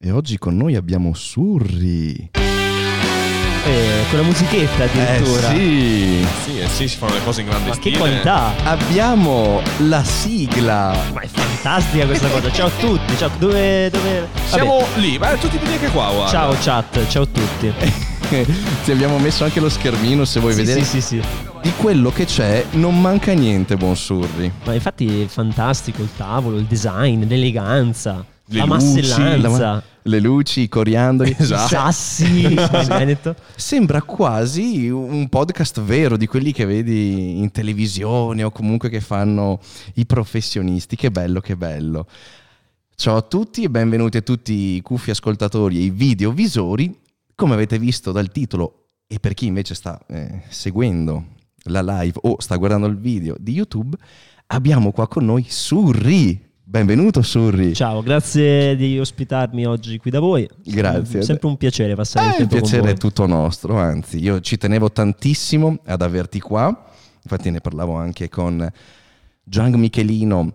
E oggi con noi abbiamo Surri. Con la musichetta addirittura. Sì, si fanno le cose in grande Ma stile. che qualità! Abbiamo la sigla. Ma è fantastica questa cosa. Ciao a tutti. Ciao. Dove? Siamo Vabbè. lì, ma tutti vedi anche qua, guarda. Ciao chat, ciao a tutti. Ti abbiamo messo anche lo schermino se vuoi vedere. Sì. Di quello che c'è non manca niente, buon Surri. Ma infatti è fantastico il tavolo, il design, l'eleganza, la luci, massellanza, le luci, i coriandoli. i sassi in Veneto. Sembra Quasi un podcast vero, di quelli che vedi in televisione o comunque che fanno i professionisti. Che bello, che bello. Ciao a tutti e benvenuti a tutti i cuffi ascoltatori e i videovisori. Come avete visto dal titolo, e per chi invece sta seguendo la live o sta guardando il video di YouTube, abbiamo qua con noi Surri. Benvenuto Surri. Ciao, grazie di ospitarmi oggi qui da voi. Grazie. È sempre un piacere passare il tempo Il piacere con voi. è tutto nostro, anzi io ci tenevo tantissimo ad averti qua, infatti ne parlavo anche con Gian Michelino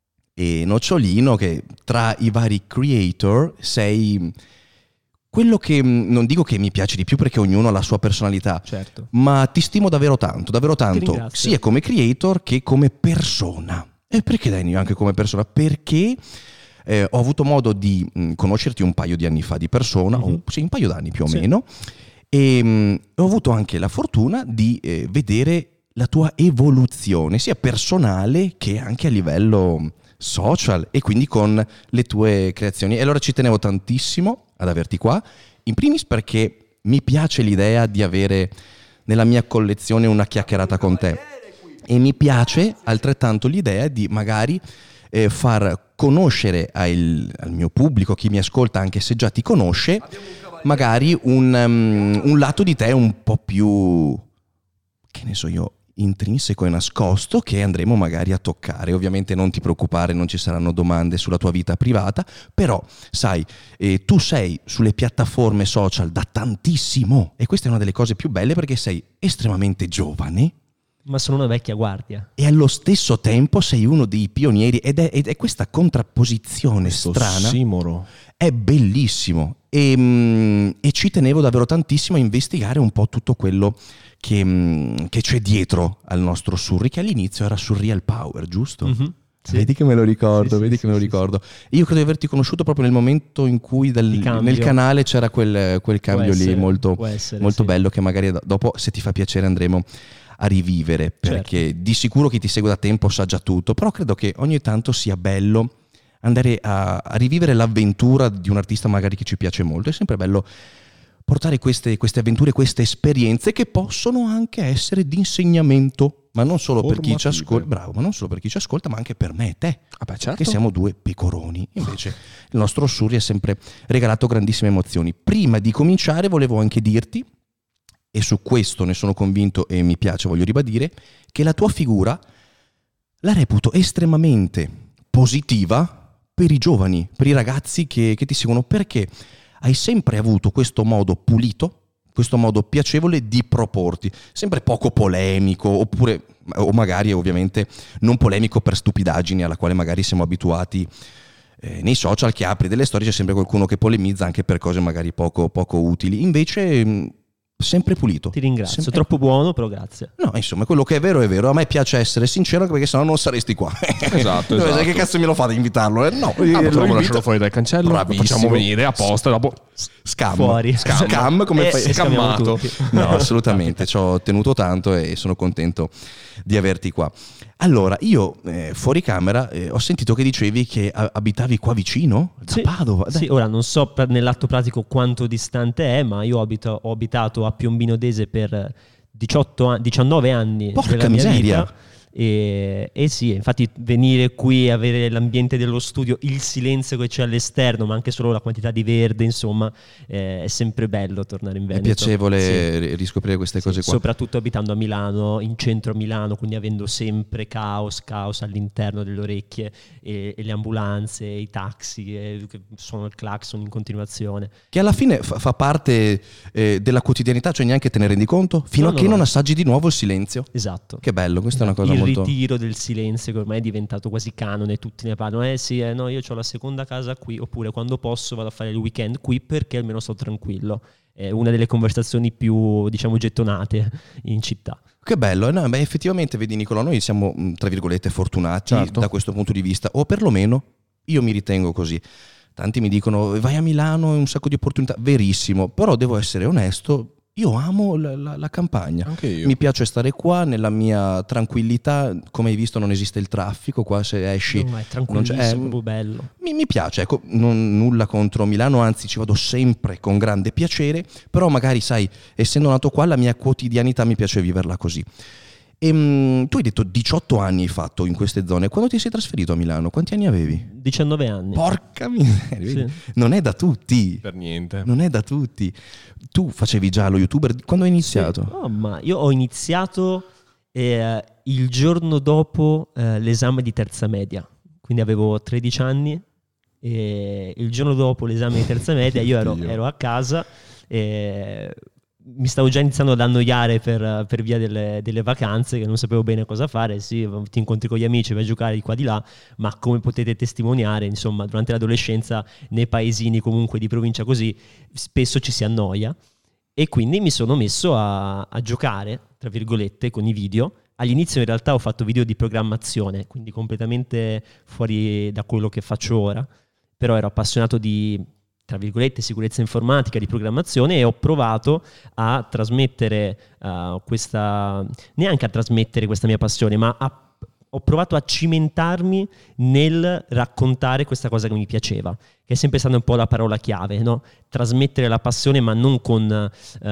e Nocciolino, che tra i vari creator sei quello che, non dico che mi piace di più perché ognuno ha la sua personalità, Certo. ma ti stimo davvero tanto, Ti ringrazio. sia come creator che come persona. E perché Danny anche come persona? Perché ho avuto modo di conoscerti un paio di anni fa di persona, sì, un paio d'anni più o meno, e ho avuto anche la fortuna di vedere la tua evoluzione, sia personale che anche a livello social e quindi con le tue creazioni. E allora ci tenevo tantissimo ad averti qua, in primis perché mi piace l'idea di avere nella mia collezione una chiacchierata con te. E mi piace altrettanto l'idea di magari far conoscere al mio pubblico, chi mi ascolta, anche se già ti conosce, magari un lato di te un po' più, che ne so io, intrinseco e nascosto, che andremo magari a toccare. Ovviamente non ti preoccupare, non ci saranno domande sulla tua vita privata, però sai, tu sei sulle piattaforme social da tantissimo e questa è una delle cose più belle perché sei estremamente giovane. Ma sono una vecchia guardia. E allo stesso tempo sei uno dei pionieri ed è questa contrapposizione strana. Simoro. È bellissimo e ci tenevo davvero tantissimo a investigare un po' tutto quello che c'è dietro al nostro Surri, che all'inizio era Surreal Power, giusto? Mm-hmm. Sì. Vedi che me lo ricordo, Sì. ricordo. Io credo di averti conosciuto proprio nel momento in cui nel canale c'era quel cambio lì molto bello, che magari dopo, se ti fa piacere, andremo a rivivere, perché certo, di sicuro chi ti segue da tempo sa già tutto, però credo che ogni tanto sia bello andare a rivivere l'avventura di un artista magari che ci piace molto. È sempre bello portare queste avventure, queste esperienze che possono anche essere di insegnamento, ma non solo per chi ci ascolta, bravo, ma non solo per chi ci ascolta, ma anche per me e te, Certo. che siamo due pecoroni. Invece il nostro Surri ha sempre regalato grandissime emozioni. Prima di cominciare volevo anche dirti, e su questo ne sono convinto e mi piace, voglio ribadire, che la tua figura la reputo estremamente positiva per i giovani, per i ragazzi che ti seguono, perché hai sempre avuto questo modo pulito, questo modo piacevole di proporti, sempre poco polemico, o magari ovviamente non polemico per stupidaggini alla quale magari siamo abituati nei social, che apri delle storie, c'è sempre qualcuno che polemizza anche per cose magari poco utili. Invece sempre pulito. Ti ringrazio, troppo buono, però grazie. No, insomma, quello che è vero è vero. A me piace essere sincero, perché sennò non saresti qua. Esatto. Che cazzo me lo fate invitarlo? No, Potremmo lasciarlo fuori dal cancello. Bravissimo. Lo facciamo venire apposta dopo. Scam come fai? Scammato. No, assolutamente, ci ho tenuto tanto e sono contento di averti qua. Allora, io fuori camera ho sentito che dicevi che abitavi qua vicino, da Padova. Sì, ora non so nell'atto pratico quanto distante è, ma io ho abitato a Piombino Dese per 19 anni. Porca della mia miseria. vita. E sì, infatti venire qui, avere l'ambiente dello studio, il silenzio che c'è all'esterno, ma anche solo la quantità di verde, insomma, è sempre bello tornare in Veneto. È piacevole riscoprire queste cose qua. Soprattutto abitando a Milano, in centro a Milano, quindi avendo sempre caos all'interno delle orecchie e le ambulanze, i taxi che suonano il clacson in continuazione. Che alla fine fa parte della quotidianità, cioè neanche te ne rendi conto fino a che non assaggi di nuovo il silenzio. Esatto. Che bello, questa è una cosa molto molto... ritiro del silenzio che ormai è diventato quasi canone, tutti ne parlano, sì, no, io ho la seconda casa qui, oppure quando posso vado a fare il weekend qui perché almeno sto tranquillo. È una delle conversazioni più, diciamo, gettonate in città. Che bello, no, beh, effettivamente vedi Nicolò, noi siamo tra virgolette fortunati da questo punto di vista, o perlomeno io mi ritengo così. Tanti mi dicono vai a Milano, è un sacco di opportunità, verissimo, però devo essere onesto, io amo la campagna. Anche io. Mi piace stare qua nella mia tranquillità, come hai visto non esiste il traffico qua, se esci No, è tranquillissimo, è proprio bello. mi piace, ecco, nulla contro Milano, anzi ci vado sempre con grande piacere, però magari sai, essendo nato qua la mia quotidianità mi piace viverla così. Tu hai detto 18 anni hai fatto in queste zone. Quando ti sei trasferito a Milano, quanti anni avevi? 19 anni. Porca miseria, Sì. non è da tutti. Per niente. Non è da tutti. Tu facevi già lo youtuber, quando hai iniziato? Sì. Oh, ma io ho iniziato il giorno dopo l'esame di terza media, quindi avevo 13 anni e il giorno dopo l'esame di terza media io ero a casa e mi stavo già iniziando ad annoiare per via delle vacanze, che non sapevo bene cosa fare. Sì, ti incontri con gli amici, vai a giocare di qua di là, ma come potete testimoniare, insomma, durante l'adolescenza nei paesini comunque di provincia così spesso ci si annoia, e quindi mi sono messo a giocare, tra virgolette, con i video. All'inizio in realtà ho fatto video di programmazione, quindi completamente fuori da quello che faccio ora, però ero appassionato di, tra virgolette, sicurezza informatica, di programmazione, e ho provato a trasmettere neanche a trasmettere questa mia passione, ma ho provato a cimentarmi nel raccontare questa cosa che mi piaceva, che è sempre stata un po' la parola chiave, no? Trasmettere la passione, ma non con,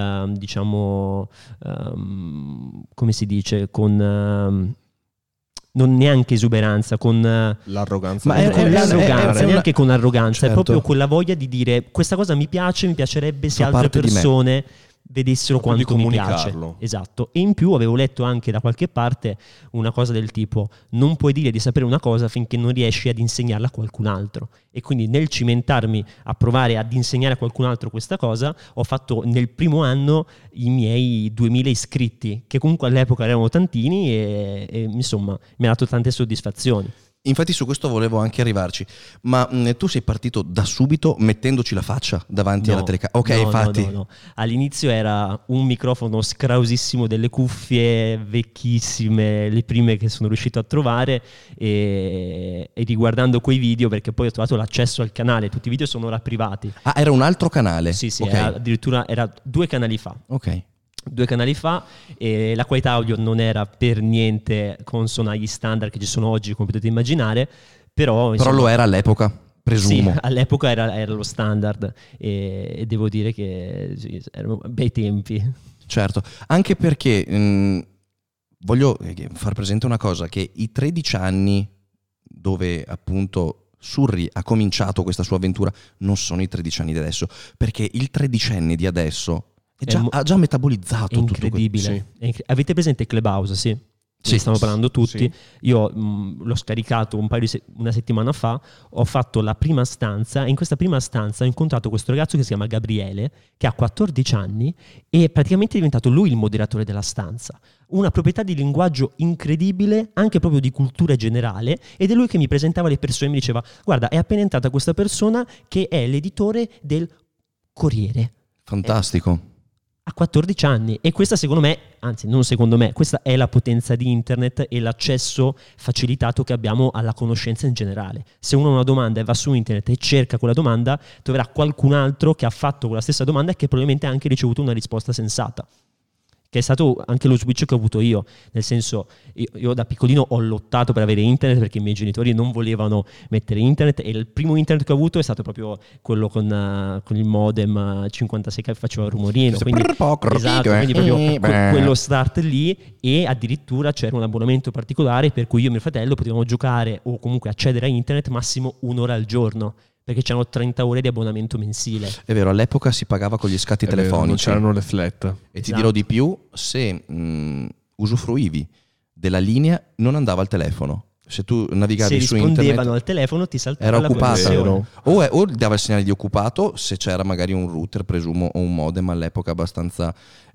come si dice, con... non neanche esuberanza, con l'arroganza. Ma l'arroganza, neanche con arroganza, certo. è proprio quella voglia di dire questa cosa mi piace, mi piacerebbe se Fa altre parte di me. persone vedessero Proprio quanto di mi piace. comunicarlo. Esatto. E in più avevo letto anche da qualche parte una cosa del tipo: non puoi dire di sapere una cosa finché non riesci ad insegnarla a qualcun altro. E quindi nel cimentarmi a provare ad insegnare a qualcun altro questa cosa, ho fatto nel primo anno i miei 2000 iscritti, che comunque all'epoca erano tantini, e insomma mi ha dato tante soddisfazioni. Infatti su questo volevo anche arrivarci, ma tu sei partito da subito mettendoci la faccia davanti alla telecamera? Ok, no, infatti. no. All'inizio era un microfono scrausissimo, delle cuffie vecchissime, le prime che sono riuscito a trovare, e riguardando quei video, perché poi ho trovato l'accesso al canale, tutti i video sono ora privati. Ah, era un altro canale? Sì, Okay. addirittura era 2 canali fa. Ok. 2 canali fa, e la qualità audio non era per niente consona agli standard che ci sono oggi, come potete immaginare, però insomma, Però lo era all'epoca, presumo. sì, all'epoca era lo standard, e devo dire che sì, erano bei tempi. Certo, anche perché voglio far presente una cosa, che i 13 anni dove appunto Surri ha cominciato questa sua avventura non sono i 13 anni di adesso, perché il tredicenne di adesso ha già metabolizzato È tutto incredibile. questo. Avete presente Clubhouse? Sì. Sì, Ne stiamo parlando tutti. sì. Io l'ho scaricato una settimana fa, ho fatto la prima stanza, e in questa prima stanza ho incontrato questo ragazzo che si chiama Gabriele, che ha 14 anni, e praticamente è diventato lui il moderatore della stanza. Una proprietà di linguaggio incredibile, anche proprio di cultura generale, ed è lui che mi presentava le persone e mi diceva: guarda, è appena entrata questa persona che è l'editore del Corriere. Fantastico. A 14 anni, e questa secondo me, anzi non secondo me, questa è la potenza di internet e l'accesso facilitato che abbiamo alla conoscenza in generale. Se uno ha una domanda e va su internet e cerca quella domanda, troverà qualcun altro che ha fatto quella stessa domanda e che probabilmente ha anche ricevuto una risposta sensata, che è stato anche lo switch che ho avuto io, nel senso, io da piccolino ho lottato per avere internet perché i miei genitori non volevano mettere internet, e il primo internet che ho avuto è stato proprio quello con il modem 56 che faceva il rumorino, quindi, esatto, quindi proprio quello start lì, e addirittura c'era un abbonamento particolare per cui io e mio fratello potevamo giocare o comunque accedere a internet massimo 1 ora al giorno, perché c'erano 30 ore di abbonamento mensile. È vero, all'epoca si pagava con gli scatti telefonici. Non c'erano le flat. E ti Esatto. dirò di più, se usufruivi della linea non andava al telefono. se tu navigavi se su rispondevano internet al telefono ti saltava era la occupata, connessione. o dava il segnale di occupato se c'era magari un router, presumo, o un modem all'epoca abbastanza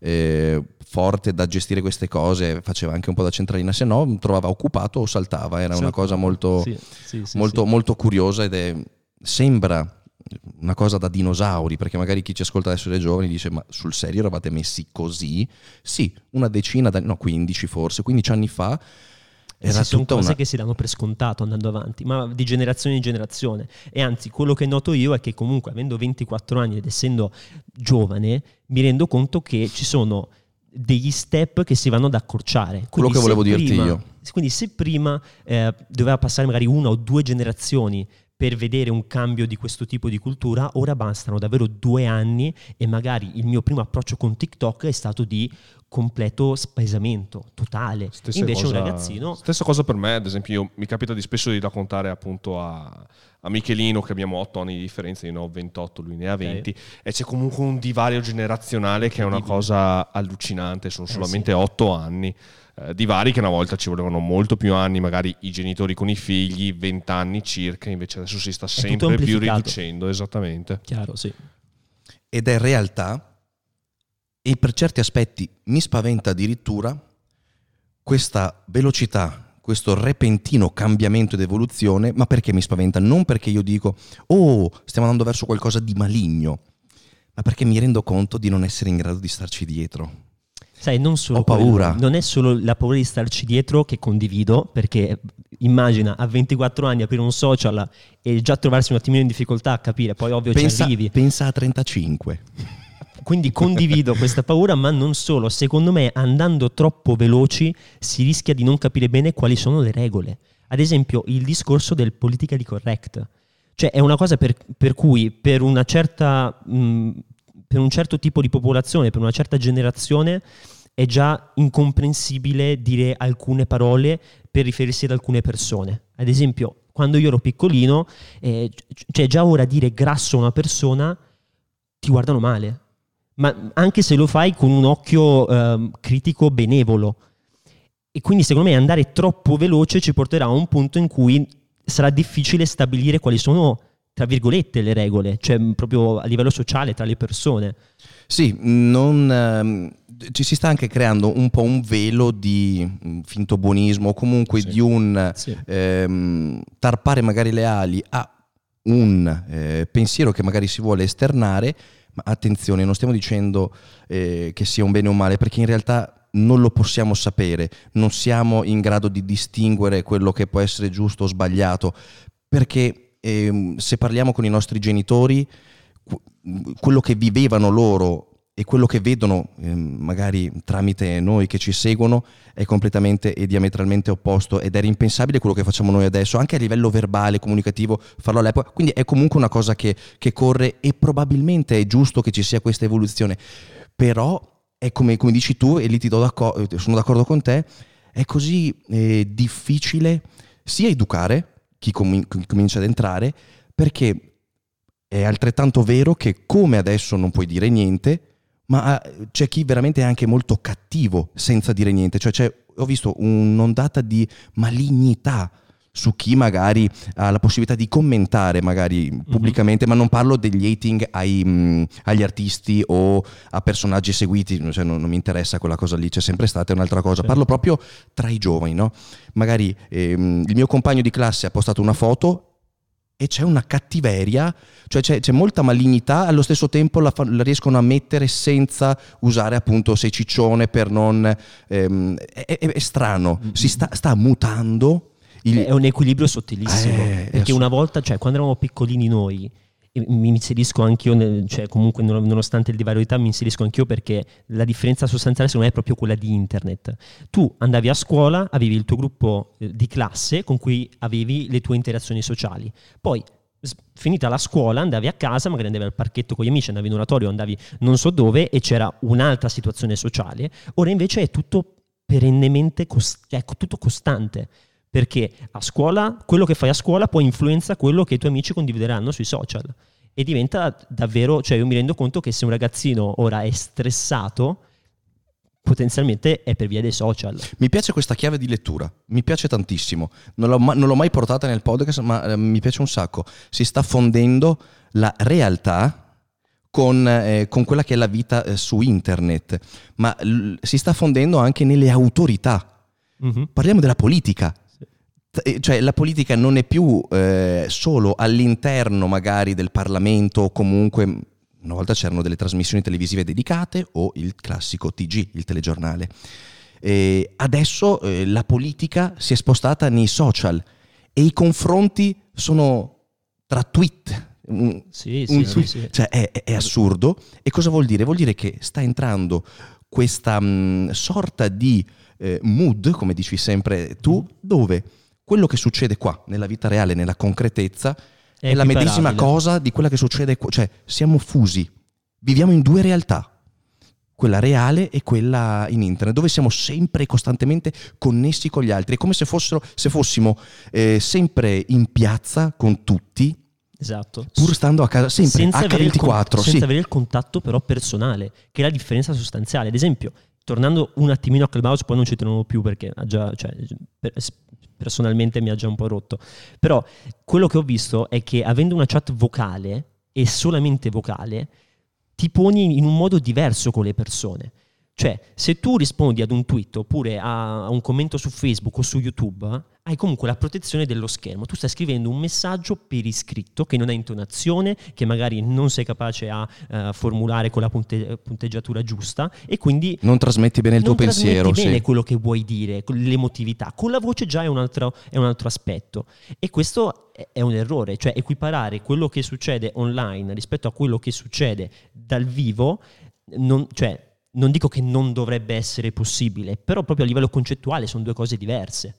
forte da gestire queste cose, faceva anche un po' da centralina, se no trovava occupato o saltava. Era una cosa molto, molto curiosa, ed sembra una cosa da dinosauri, perché magari chi ci ascolta adesso dei giovani dice: ma sul serio eravate messi così? Sì, una decina, 15 forse, 15 anni fa. Era sono tutta cose che si danno per scontato andando avanti, ma di generazione in generazione. E anzi, quello che noto io è che comunque, avendo 24 anni ed essendo giovane, mi rendo conto che ci sono degli step che si vanno ad accorciare. Quello che volevo dirti io. Quindi se prima doveva passare magari 1 o 2 generazioni per vedere un cambio di questo tipo di cultura, ora bastano davvero 2 anni, e magari il mio primo approccio con TikTok è stato di completo spaesamento totale. Invece un ragazzino... Stessa cosa per me, ad esempio, mi capita spesso di raccontare appunto a Michelino, che abbiamo 8 anni di differenza, io ne ho 28, lui ne ha 20, e c'è comunque un divario generazionale che è una cosa allucinante, sono solamente 8 anni. Divari che una volta ci volevano molto più anni, magari i genitori con i figli, 20 anni circa, invece adesso si sta sempre più riducendo. Esattamente. Chiaro, sì. Ed è realtà, e per certi aspetti mi spaventa addirittura questa velocità, questo repentino cambiamento ed evoluzione. Ma perché mi spaventa? Non perché io dico: oh, stiamo andando verso qualcosa di maligno, ma perché mi rendo conto di non essere in grado di starci dietro. Sai, non solo ho paura. Non è solo la paura di starci dietro, che condivido, perché immagina a 24 anni aprire un social e già trovarsi un attimino in difficoltà a capire, poi ovvio ci arrivi. Pensa a 35. Quindi condivido questa paura, ma non solo. Secondo me, andando troppo veloci si rischia di non capire bene quali sono le regole. Ad esempio, il discorso del politically correct. Cioè è una cosa per cui per una certa... per un certo tipo di popolazione, per una certa generazione, è già incomprensibile dire alcune parole per riferirsi ad alcune persone. Ad esempio, quando io ero piccolino, cioè già ora dire grasso a una persona ti guardano male, ma anche se lo fai con un occhio critico benevolo. E quindi secondo me andare troppo veloce ci porterà a un punto in cui sarà difficile stabilire quali sono, tra virgolette, le regole, cioè proprio a livello sociale tra le persone. Sì, ci si sta anche creando un po' un velo di finto buonismo, o comunque di un tarpare magari le ali a un pensiero che magari si vuole esternare. Ma attenzione, non stiamo dicendo che sia un bene o un male, perché in realtà non lo possiamo sapere, non siamo in grado di distinguere quello che può essere giusto o sbagliato, perché se parliamo con i nostri genitori, quello che vivevano loro e quello che vedono magari tramite noi che ci seguono è completamente e diametralmente opposto, ed era impensabile quello che facciamo noi adesso, anche a livello verbale, comunicativo, farlo all'epoca. Quindi è comunque una cosa che corre, e probabilmente è giusto che ci sia questa evoluzione, però è come dici tu, e lì sono d'accordo con te, è così difficile sia educare chi comincia ad entrare, perché è altrettanto vero che come adesso non puoi dire niente, ma c'è chi veramente è anche molto cattivo senza dire niente. Cioè ho visto un'ondata di malignità su chi magari ha la possibilità di commentare magari pubblicamente, ma non parlo degli hating agli artisti o a personaggi seguiti, cioè non mi interessa quella cosa lì, c'è sempre stata, è un'altra cosa. Parlo proprio tra i giovani, no? Magari il mio compagno di classe ha postato una foto e c'è una cattiveria, cioè c'è molta malignità, allo stesso tempo la riescono a mettere senza usare appunto sei ciccione per non... è strano, si sta mutando. È un equilibrio sottilissimo, perché una volta, cioè quando eravamo piccolini noi, mi inserisco anch'io, cioè comunque nonostante il divario di età mi inserisco anch'io, perché la differenza sostanziale secondo me è proprio quella di internet. Tu andavi a scuola, avevi il tuo gruppo di classe con cui avevi le tue interazioni sociali, poi finita la scuola andavi a casa, magari andavi al parchetto con gli amici, andavi in oratorio, andavi non so dove e c'era un'altra situazione sociale. Ora invece è tutto perennemente tutto costante, perché a scuola quello che fai a scuola poi influenza quello che i tuoi amici condivideranno sui social, e diventa davvero, cioè io mi rendo conto che se un ragazzino ora è stressato, potenzialmente è per via dei social. Mi piace questa chiave di lettura, mi piace tantissimo. Non l'ho mai portata nel podcast, ma mi piace un sacco. Si sta fondendo la realtà con quella che è la vita su internet, ma si sta fondendo anche nelle autorità. Parliamo della politica. Cioè la politica non è più solo all'interno magari del Parlamento, o comunque una volta c'erano delle trasmissioni televisive dedicate o il classico TG, il telegiornale. Adesso la politica si è spostata nei social e i confronti sono tra tweet. Sì. Cioè è assurdo. E cosa vuol dire? Vuol dire che sta entrando questa sorta di mood, come dici sempre tu, dove quello che succede qua nella vita reale, nella concretezza, è la medesima cosa di quella che succede qua. Cioè siamo fusi, viviamo in due realtà, quella reale e quella in internet, dove siamo sempre e costantemente connessi con gli altri. È come se fossimo sempre in piazza con tutti. Esatto. Pur stando a casa sempre senza H24, senza avere il contatto però personale, che è la differenza sostanziale. Ad esempio, tornando un attimino a Clubhouse, poi non ci torniamo più perché ha già, personalmente mi ha già un po' rotto. Però quello che ho visto è che avendo una chat vocale e solamente vocale, ti poni in un modo diverso con le persone. Cioè, se tu rispondi ad un tweet oppure a un commento su Facebook o su YouTube, hai comunque la protezione dello schermo. Tu stai scrivendo un messaggio per iscritto che non ha intonazione, che magari non sei capace a formulare con la punteggiatura giusta, e quindi non trasmetti bene il tuo pensiero. Non trasmetti bene quello che vuoi dire, l'emotività. Con la voce già è un altro aspetto. E questo è un errore. Cioè, equiparare quello che succede online rispetto a quello che succede dal vivo, non dico che non dovrebbe essere possibile, però proprio a livello concettuale sono due cose diverse.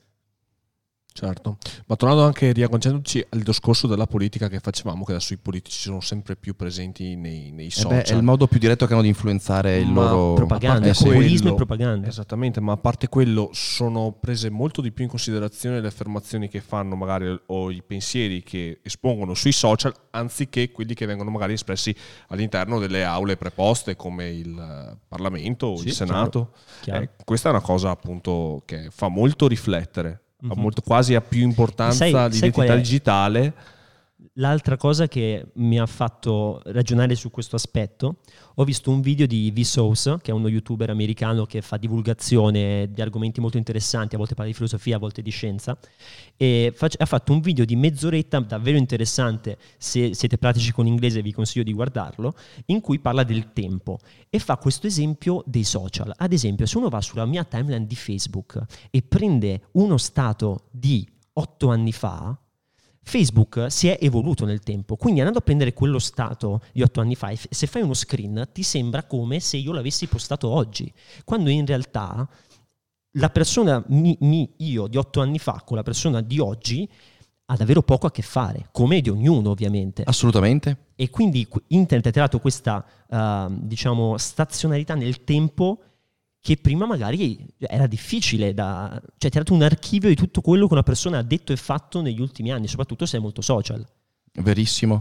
Certo, ma tornando anche, riagganciandoci al discorso della politica che facevamo, che adesso i politici sono sempre più presenti nei social. È il modo più diretto che hanno di influenzare il loro... propaganda, populismo e propaganda. Esattamente, ma a parte quello sono prese molto di più in considerazione le affermazioni che fanno magari o i pensieri che espongono sui social, anziché quelli che vengono magari espressi all'interno delle aule preposte come il Parlamento o il Senato. Chiaro. Questa è una cosa appunto che fa molto riflettere. Quasi ha più importanza l'identità digitale. L'altra cosa che mi ha fatto ragionare su questo aspetto, ho visto un video di Vsauce, che è uno youtuber americano che fa divulgazione di argomenti molto interessanti, a volte parla di filosofia, a volte di scienza, e ha fatto un video di mezz'oretta davvero interessante. Se siete pratici con l'inglese vi consiglio di guardarlo, in cui parla del tempo e fa questo esempio dei social. Ad esempio, se uno va sulla mia timeline di Facebook e prende uno stato di 8 anni fa, Facebook si è evoluto nel tempo, quindi andando a prendere quello stato di 8 anni fa, se fai uno screen ti sembra come se io l'avessi postato oggi, quando in realtà la persona io di 8 anni fa con la persona di oggi ha davvero poco a che fare, come di ognuno ovviamente. Assolutamente. E quindi internet ha creato questa stazionarietà nel tempo che prima magari era difficile cioè ti ha dato un archivio di tutto quello che una persona ha detto e fatto negli ultimi anni, soprattutto se è molto social. Verissimo.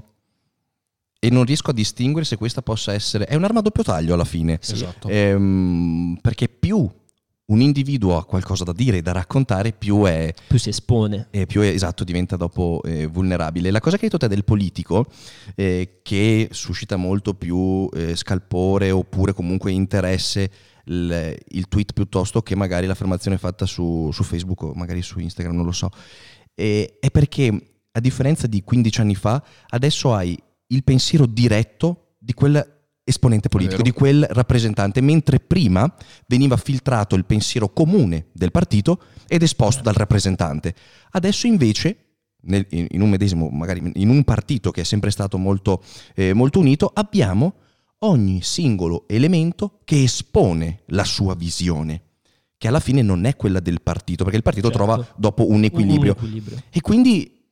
E non riesco a distinguere se questa possa essere... È un'arma a doppio taglio alla fine. Esatto. Perché più un individuo ha qualcosa da dire e da raccontare, più si espone. E più esatto, diventa dopo vulnerabile. La cosa che hai detto te del politico, che suscita molto più scalpore oppure comunque interesse, il tweet piuttosto che magari l'affermazione fatta su Facebook o magari su Instagram, non lo so, è perché a differenza di 15 anni fa adesso hai il pensiero diretto di quel esponente politico, di quel rappresentante, mentre prima veniva filtrato il pensiero comune del partito ed esposto dal rappresentante. Adesso invece in un medesimo, magari in un partito che è sempre stato molto unito, abbiamo ogni singolo elemento che espone la sua visione, che alla fine non è quella del partito, perché il partito trova dopo un equilibrio. E quindi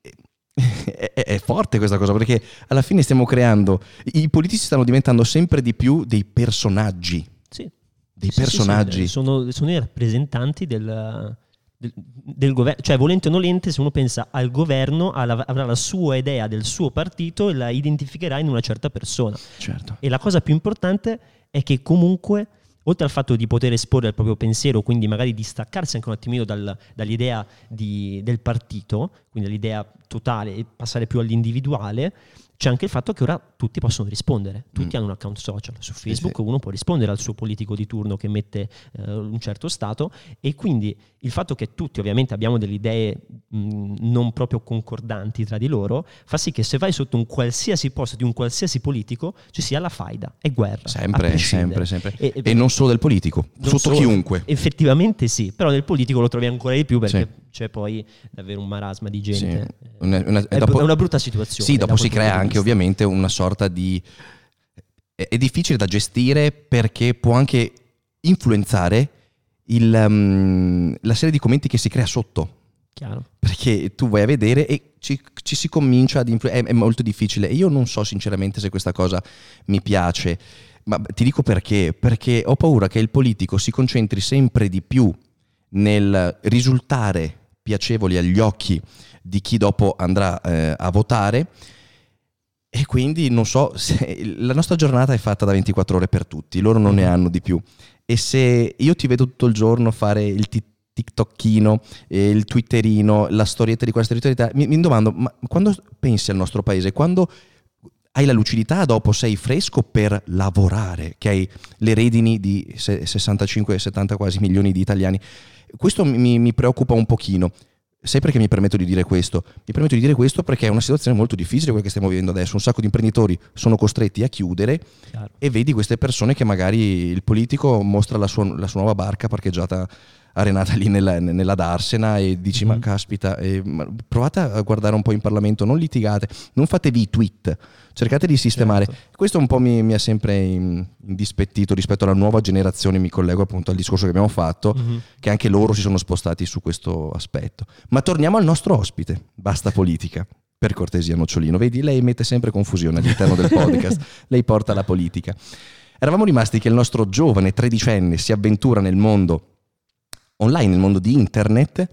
è forte questa cosa, perché alla fine stiamo creando, i politici stanno diventando sempre di più dei personaggi. Sì. Dei personaggi. Sì. Sono i rappresentanti del governo, cioè volente o nolente, se uno pensa al governo avrà la sua idea del suo partito e la identificherà in una certa persona. Certo. E la cosa più importante è che comunque oltre al fatto di poter esporre il proprio pensiero, quindi magari di staccarsi anche un attimino dall'idea del partito, quindi dall'idea totale e passare più all'individuale, c'è anche il fatto che ora tutti possono rispondere, tutti hanno un account social, su Facebook uno può rispondere al suo politico di turno che mette un certo stato, e quindi il fatto che tutti ovviamente abbiamo delle idee non proprio concordanti tra di loro fa sì che se vai sotto un qualsiasi posto di un qualsiasi politico ci sia la faida e guerra. Sempre. E non solo del politico, sotto chiunque. Effettivamente sì, però nel politico lo trovi ancora di più perché c'è poi davvero un marasma di gente. Sì. È una brutta situazione. Sì, dopo si crea anche ovviamente una sorta di... È difficile da gestire perché può anche influenzare la serie di commenti che si crea sotto. Chiaro. Perché tu vai a vedere e ci si comincia ad è molto difficile. E io non so sinceramente se questa cosa mi piace, ma ti dico perché ho paura che il politico si concentri sempre di più nel risultare piacevoli agli occhi di chi dopo andrà a votare, e quindi non so se la nostra giornata è fatta da 24 ore per tutti, loro non ne hanno di più, e se io ti vedo tutto il giorno fare il TikTokino, il Twitterino, la storietta di questa storietta, mi domando, ma quando pensi al nostro paese, quando hai la lucidità, dopo sei fresco per lavorare, che hai le redini di 65-70 quasi milioni di italiani, questo mi preoccupa un pochino. Sai perché mi permetto di dire questo? Mi permetto di dire questo perché è una situazione molto difficile quella che stiamo vivendo adesso. Un sacco di imprenditori sono costretti a chiudere. Chiaro. E vedi queste persone che magari il politico mostra la sua nuova barca parcheggiata arenata lì nella Darsena, e dici ma caspita, provate a guardare un po' in Parlamento, non litigate, non fatevi i tweet, cercate di sistemare. Questo un po' mi ha sempre indispettito rispetto alla nuova generazione. Mi collego appunto al discorso che abbiamo fatto, che anche loro si sono spostati su questo aspetto. Ma torniamo al nostro ospite, basta politica, per cortesia Nocciolino, vedi, lei mette sempre confusione all'interno del podcast, lei porta la politica. Eravamo rimasti che il nostro giovane tredicenne si avventura nel mondo online, nel mondo di internet,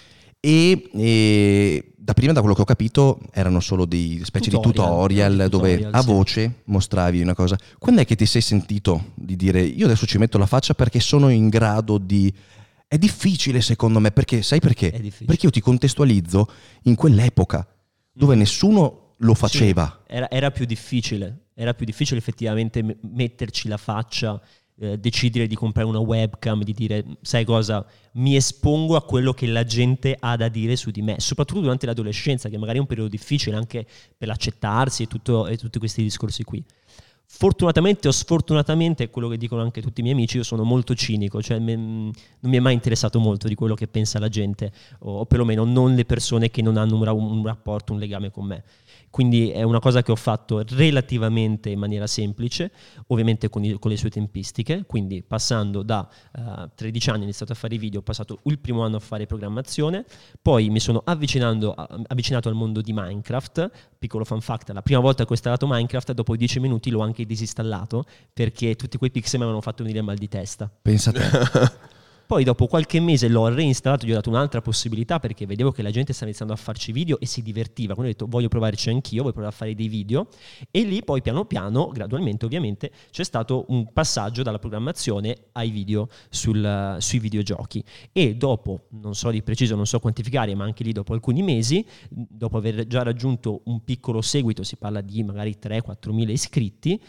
e da prima, da quello che ho capito, erano solo di specie di tutorial dove a voce mostravi una cosa. Quando è che ti sei sentito di dire io adesso ci metto la faccia perché sono in grado di... È difficile secondo me, perché sai perché? Perché io ti contestualizzo in quell'epoca dove nessuno lo faceva. Sì, era più difficile effettivamente metterci la faccia, decidere di comprare una webcam, di dire sai cosa, mi espongo a quello che la gente ha da dire su di me, soprattutto durante l'adolescenza, che magari è un periodo difficile anche per l'accettarsi e tutti questi discorsi qui. Fortunatamente o sfortunatamente, è quello che dicono anche tutti i miei amici, io sono molto cinico, cioè non mi è mai interessato molto di quello che pensa la gente, o perlomeno non le persone che non hanno un rapporto, un legame con me. Quindi è una cosa che ho fatto relativamente in maniera semplice, ovviamente con le sue tempistiche, quindi passando da 13 anni ho iniziato a fare i video, ho passato il primo anno a fare programmazione, poi mi sono avvicinato al mondo di Minecraft. Piccolo fun fact, la prima volta che ho installato Minecraft, dopo 10 minuti l'ho anche disinstallato, perché tutti quei pixel mi avevano fatto venire mal di testa. Pensa a te. Poi dopo qualche mese l'ho reinstallato, gli ho dato un'altra possibilità perché vedevo che la gente stava iniziando a farci video e si divertiva. Quindi ho detto voglio provarci anch'io, voglio provare a fare dei video. E lì poi piano piano, gradualmente ovviamente, c'è stato un passaggio dalla programmazione ai video sui videogiochi. E dopo, non so di preciso, non so quantificare, ma anche lì dopo alcuni mesi, dopo aver già raggiunto un piccolo seguito, si parla di magari 3-4 mila iscritti,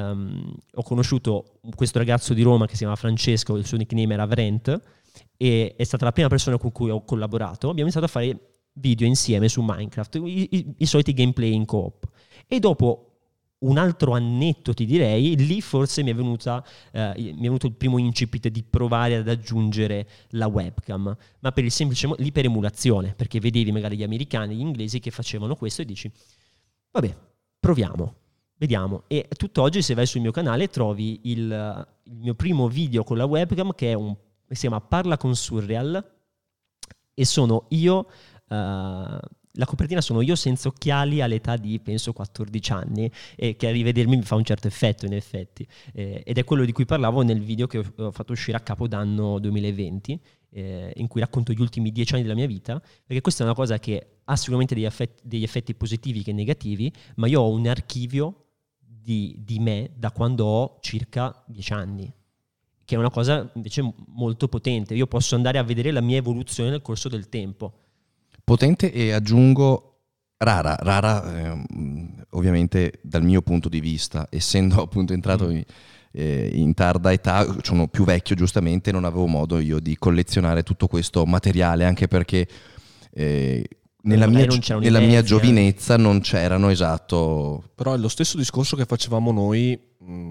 ho conosciuto questo ragazzo di Roma che si chiama Francesco, il suo nickname era Vrent, e è stata la prima persona con cui ho collaborato. Abbiamo iniziato a fare video insieme su Minecraft, i soliti gameplay in co-op, e dopo un altro annetto, ti direi, lì forse mi è venuto il primo incipit di provare ad aggiungere la webcam, ma per il semplice lì per emulazione, perché vedevi magari gli americani, gli inglesi che facevano questo e dici vabbè, proviamo, vediamo. E tutt'oggi se vai sul mio canale trovi il mio primo video con la webcam, che si chiama Parla con Surreal, e sono io, la copertina sono io senza occhiali all'età di penso 14 anni, e che a rivedermi mi fa un certo effetto in effetti, ed è quello di cui parlavo nel video che ho fatto uscire a Capodanno 2020, in cui racconto gli ultimi 10 anni della mia vita, perché questa è una cosa che ha sicuramente degli effetti positivi che negativi, ma io ho un archivio di me da quando ho circa 10 anni. che è una cosa invece molto potente. Io posso andare a vedere la mia evoluzione nel corso del tempo. Potente e aggiungo rara, ovviamente dal mio punto di vista, essendo appunto entrato in tarda età, sono più vecchio giustamente, non avevo modo io di collezionare tutto questo materiale, anche perché nella mia giovinezza non c'erano, esatto. Però è lo stesso discorso che facevamo noi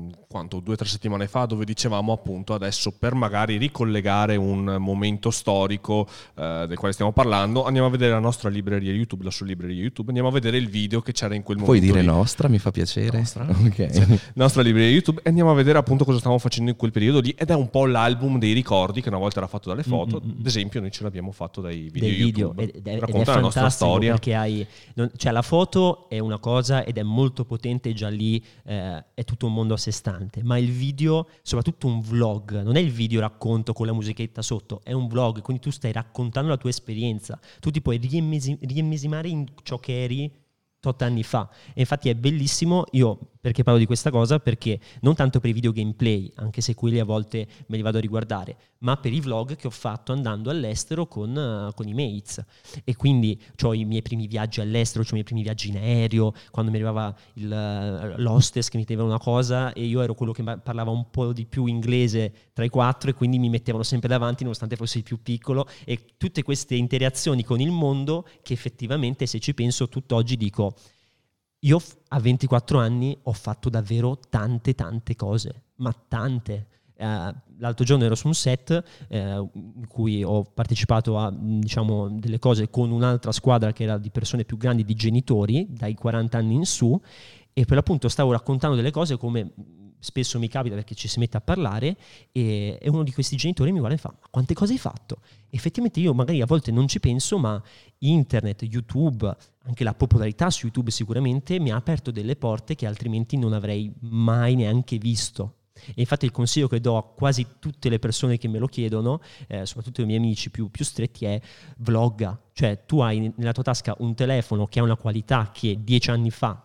2-3 settimane fa, dove dicevamo appunto adesso, per magari ricollegare un momento storico del quale stiamo parlando, andiamo a vedere la nostra libreria YouTube, la sua libreria YouTube, andiamo a vedere il video che c'era in quel momento. Puoi dire nostra, mi fa piacere. Nostra, okay. Nostra libreria YouTube, e andiamo a vedere appunto cosa stavamo facendo in quel periodo lì, ed è un po' l'album dei ricordi che una volta era fatto dalle foto. Ad esempio noi ce l'abbiamo fatto dai video YouTube. Ed è la nostra storia, perché cioè la foto è una cosa ed è molto potente, già lì è tutto un mondo a sé stante, ma il video, soprattutto un vlog, non è il video racconto con la musichetta sotto, è un vlog, quindi tu stai raccontando la tua esperienza, tu ti puoi riemmesimare in ciò che eri 8 anni fa. E infatti è bellissimo. Io perché parlo di questa cosa? Perché non tanto per i video gameplay, anche se quelli a volte me li vado a riguardare, ma per i vlog che ho fatto andando all'estero con i mates. E quindi ho i miei primi viaggi all'estero, ho i miei primi viaggi in aereo, quando mi arrivava l'hostess che mi chiedeva una cosa e io ero quello che parlava un po' di più inglese tra i 4, e quindi mi mettevano sempre davanti nonostante fossi il più piccolo. E tutte queste interazioni con il mondo che effettivamente, se ci penso tutt'oggi, dico: io a 24 anni ho fatto davvero tante cose, ma tante. L'altro giorno ero su un set in cui ho partecipato a delle cose con un'altra squadra che era di persone più grandi, di genitori, dai 40 anni in su, e per l'appunto stavo raccontando delle cose come spesso mi capita, perché ci si mette a parlare, e uno di questi genitori mi guarda e fa: ma quante cose hai fatto? Effettivamente io magari a volte non ci penso, ma internet, YouTube, anche la popolarità su YouTube sicuramente mi ha aperto delle porte che altrimenti non avrei mai neanche visto. E infatti il consiglio che do a quasi tutte le persone che me lo chiedono, soprattutto i miei amici più stretti, è: vlogga. Cioè tu hai nella tua tasca un telefono che ha una qualità che 10 anni fa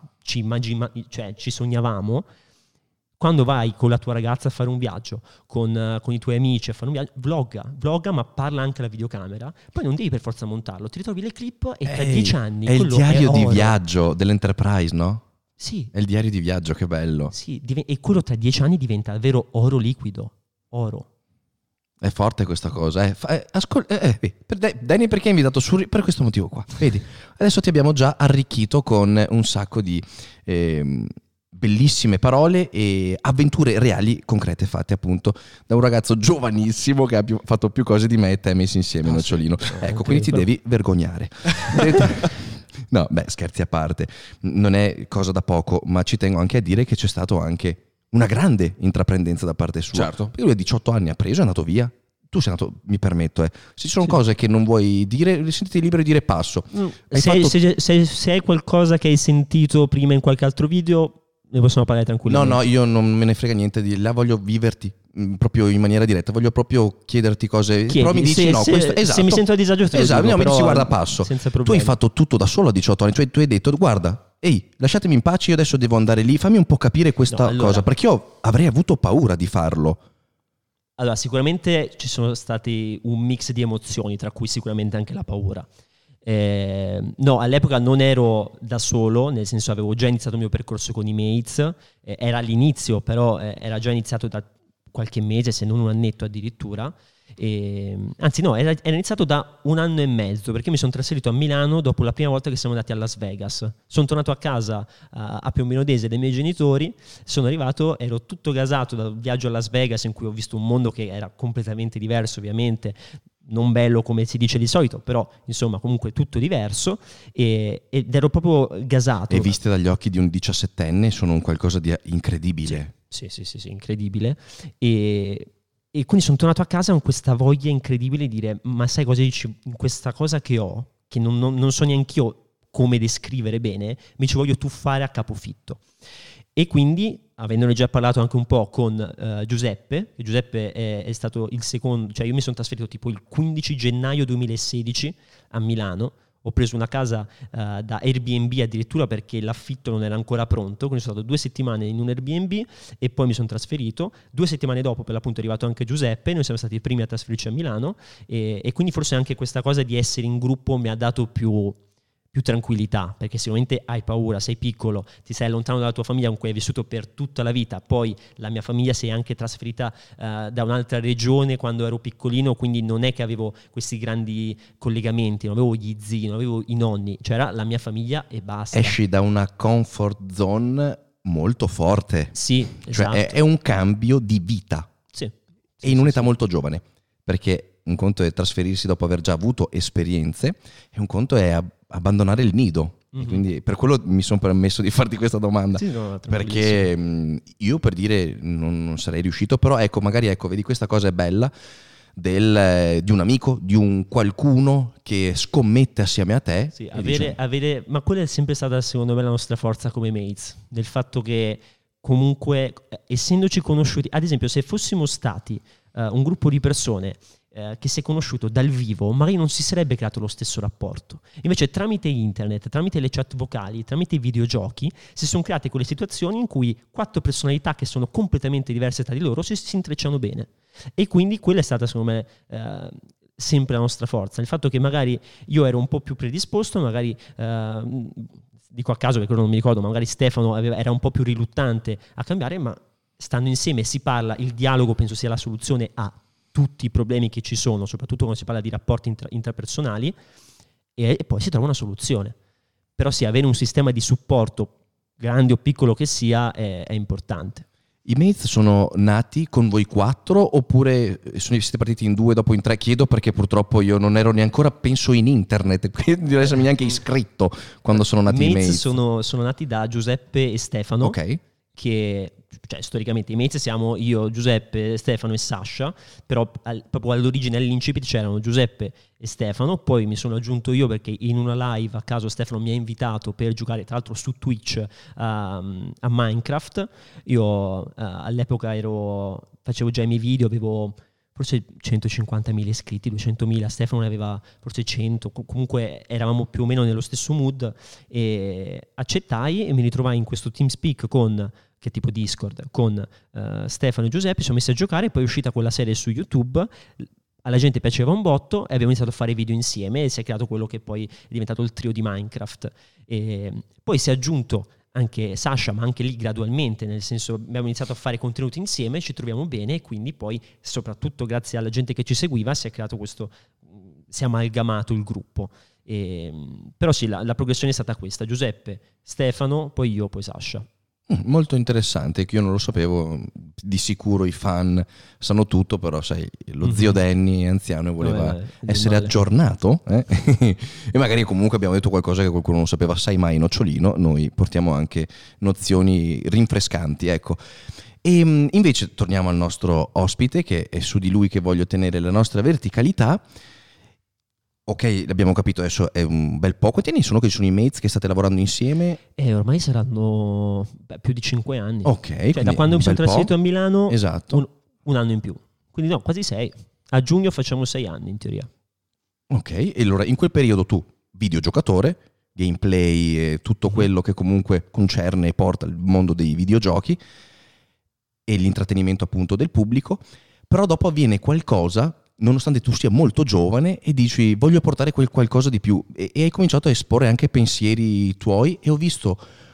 ci sognavamo. Quando vai con la tua ragazza a fare un viaggio, con i tuoi amici a fare un viaggio, vlogga, ma parla anche alla videocamera. Poi non devi per forza montarlo, ti ritrovi le clip e tra 10 anni... È il diario di viaggio dell'Enterprise, no? Sì. È il diario di viaggio, che bello. Sì, e quello tra 10 anni diventa davvero oro liquido. Oro. È forte questa cosa. Danny, perché hai invitato su? Per questo motivo qua. Vedi, adesso ti abbiamo già arricchito con un sacco di... bellissime parole e avventure reali, concrete, fatte appunto da un ragazzo giovanissimo che ha fatto più cose di me e te messi insieme, Nocciolino. Ecco, quindi ti devi vergognare. No, scherzi a parte, non è cosa da poco, ma ci tengo anche a dire che c'è stato anche una grande intraprendenza da parte sua. Certo. Perché lui a 18 anni ha preso e è andato via. Tu sei andato, mi permetto, se ci sono cose che non vuoi dire, sentiti libero di dire passo. Se hai qualcosa che hai sentito prima in qualche altro video, ne possiamo parlare tranquillamente. No, io non me ne frega niente di là, voglio viverti proprio in maniera diretta, voglio proprio chiederti cose. Però mi dici questo, esatto. Se mi sento a disagio, esatto, mi dici guarda, passo. Tu hai fatto tutto da solo a 18 anni, cioè tu hai detto: guarda, ehi, lasciatemi in pace, io adesso devo andare lì, fammi un po' capire questa cosa, perché io avrei avuto paura di farlo. Allora, sicuramente ci sono stati un mix di emozioni, tra cui sicuramente anche la paura. No, all'epoca non ero da solo, nel senso avevo già iniziato il mio percorso con i mates, era all'inizio, però era già iniziato da qualche mese, se non un annetto addirittura. Anzi no, era iniziato da 1 anno e mezzo, perché mi sono trasferito a Milano dopo la prima volta che siamo andati a Las Vegas. Sono tornato a casa a Piombinodese dai miei genitori, sono arrivato, ero tutto gasato dal viaggio a Las Vegas, in cui ho visto un mondo che era completamente diverso, ovviamente non bello come si dice di solito, però insomma comunque tutto diverso, ed ero proprio gasato. E viste dagli occhi di un 17enne sono un qualcosa di incredibile. Sì, incredibile. E quindi sono tornato a casa con questa voglia incredibile di dire: ma sai cosa dici? In questa cosa che ho, che non so neanche io come descrivere bene, mi ci voglio tuffare a capofitto. E quindi, avendone già parlato anche un po' con Giuseppe, che Giuseppe è stato il secondo, cioè io mi sono trasferito tipo il 15 gennaio 2016 a Milano, Ho preso una casa da Airbnb addirittura perché l'affitto non era ancora pronto, quindi sono stato 2 settimane in un Airbnb e poi mi sono trasferito. 2 settimane dopo per l'appunto è arrivato anche Giuseppe, noi siamo stati i primi a trasferirci a Milano e quindi forse anche questa cosa di essere in gruppo mi ha dato più tranquillità, perché sicuramente hai paura, sei piccolo, ti sei allontano dalla tua famiglia con cui hai vissuto per tutta la vita, poi la mia famiglia si è anche trasferita da un'altra regione quando ero piccolino, quindi non è che avevo questi grandi collegamenti, non avevo gli zii, non avevo i nonni, c'era la mia famiglia e basta. Esci da una comfort zone molto forte. Sì, esatto. Cioè è un cambio di vita. Sì. E in un'età molto giovane, perché un conto è trasferirsi dopo aver già avuto esperienze e un conto è abbandonare il nido. E quindi per quello mi sono permesso di farti questa domanda, Sì, no, perché io per dire non sarei riuscito, però magari vedi, questa cosa è bella di un amico, di un qualcuno che scommette assieme a te. Sì, avere, ma quella è sempre stata secondo me la nostra forza come mates, nel fatto che comunque essendoci conosciuti, ad esempio se fossimo stati un gruppo di persone che si è conosciuto dal vivo, magari non si sarebbe creato lo stesso rapporto. Invece tramite internet, tramite le chat vocali, tramite i videogiochi, si sono create quelle situazioni in cui 4 personalità che sono completamente diverse tra di loro si intrecciano bene. E quindi quella è stata secondo me sempre la nostra forza. Il fatto che magari io ero un po' più predisposto, magari dico a caso perché non mi ricordo, magari Stefano era un po' più riluttante a cambiare, ma stando insieme si parla, il dialogo penso sia la soluzione a tutti i problemi che ci sono, soprattutto quando si parla di rapporti intrapersonali, e poi si trova una soluzione. Però sì, avere un sistema di supporto, grande o piccolo che sia, è importante. I mates sono nati con voi 4 oppure siete partiti in 2, dopo in 3? Chiedo perché purtroppo io non ero neanche ancora, penso, in internet, quindi non essermi neanche iscritto quando sono nati i mates. Sono nati da Giuseppe e Stefano, ok, che cioè storicamente i mates siamo io, Giuseppe, Stefano e Sasha, però proprio all'origine, all'incipit c'erano Giuseppe e Stefano, poi mi sono aggiunto io perché in una live a caso Stefano mi ha invitato per giocare tra l'altro su Twitch a Minecraft. Io all'epoca facevo già i miei video, avevo forse 150.000 iscritti, 200.000, Stefano ne aveva forse 100, comunque eravamo più o meno nello stesso mood e accettai e mi ritrovai in questo TeamSpeak che tipo Discord, con Stefano e Giuseppe, ci siamo messi a giocare e poi è uscita quella serie su YouTube, alla gente piaceva un botto e abbiamo iniziato a fare video insieme e si è creato quello che poi è diventato il trio di Minecraft. E poi si è aggiunto anche Sasha, ma anche lì gradualmente, nel senso abbiamo iniziato a fare contenuti insieme, ci troviamo bene e quindi poi soprattutto grazie alla gente che ci seguiva si è creato si è amalgamato il gruppo. Però sì, la progressione è stata questa: Giuseppe, Stefano, poi io, poi Sasha. Molto interessante, che io non lo sapevo. Di sicuro i fan sanno tutto, però sai, lo zio Danny è anziano e voleva essere aggiornato, e magari comunque abbiamo detto qualcosa che qualcuno non sapeva, sai mai, nocciolino. Noi portiamo anche nozioni rinfrescanti, ecco. E invece torniamo al nostro ospite, che è su di lui che voglio tenere la nostra verticalità. Ok, l'abbiamo capito, adesso è un bel po'. Quanti anni sono che ci sono i mates che state lavorando insieme? Ormai saranno più di 5 anni. Ok, cioè da quando mi sono trasferito a Milano, esatto. un anno in più. Quindi no, quasi 6. A giugno facciamo 6 anni in teoria. Ok, e allora in quel periodo tu, videogiocatore, gameplay e tutto quello che comunque concerne e porta il mondo dei videogiochi e l'intrattenimento appunto del pubblico, però dopo avviene qualcosa, nonostante tu sia molto giovane, e dici voglio portare quel qualcosa di più, e hai cominciato a esporre anche pensieri tuoi e ho visto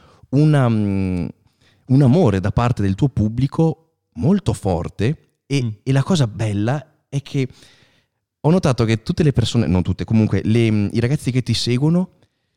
un amore da parte del tuo pubblico molto forte e la cosa bella è che ho notato che tutte le persone, non tutte, comunque i ragazzi che ti seguono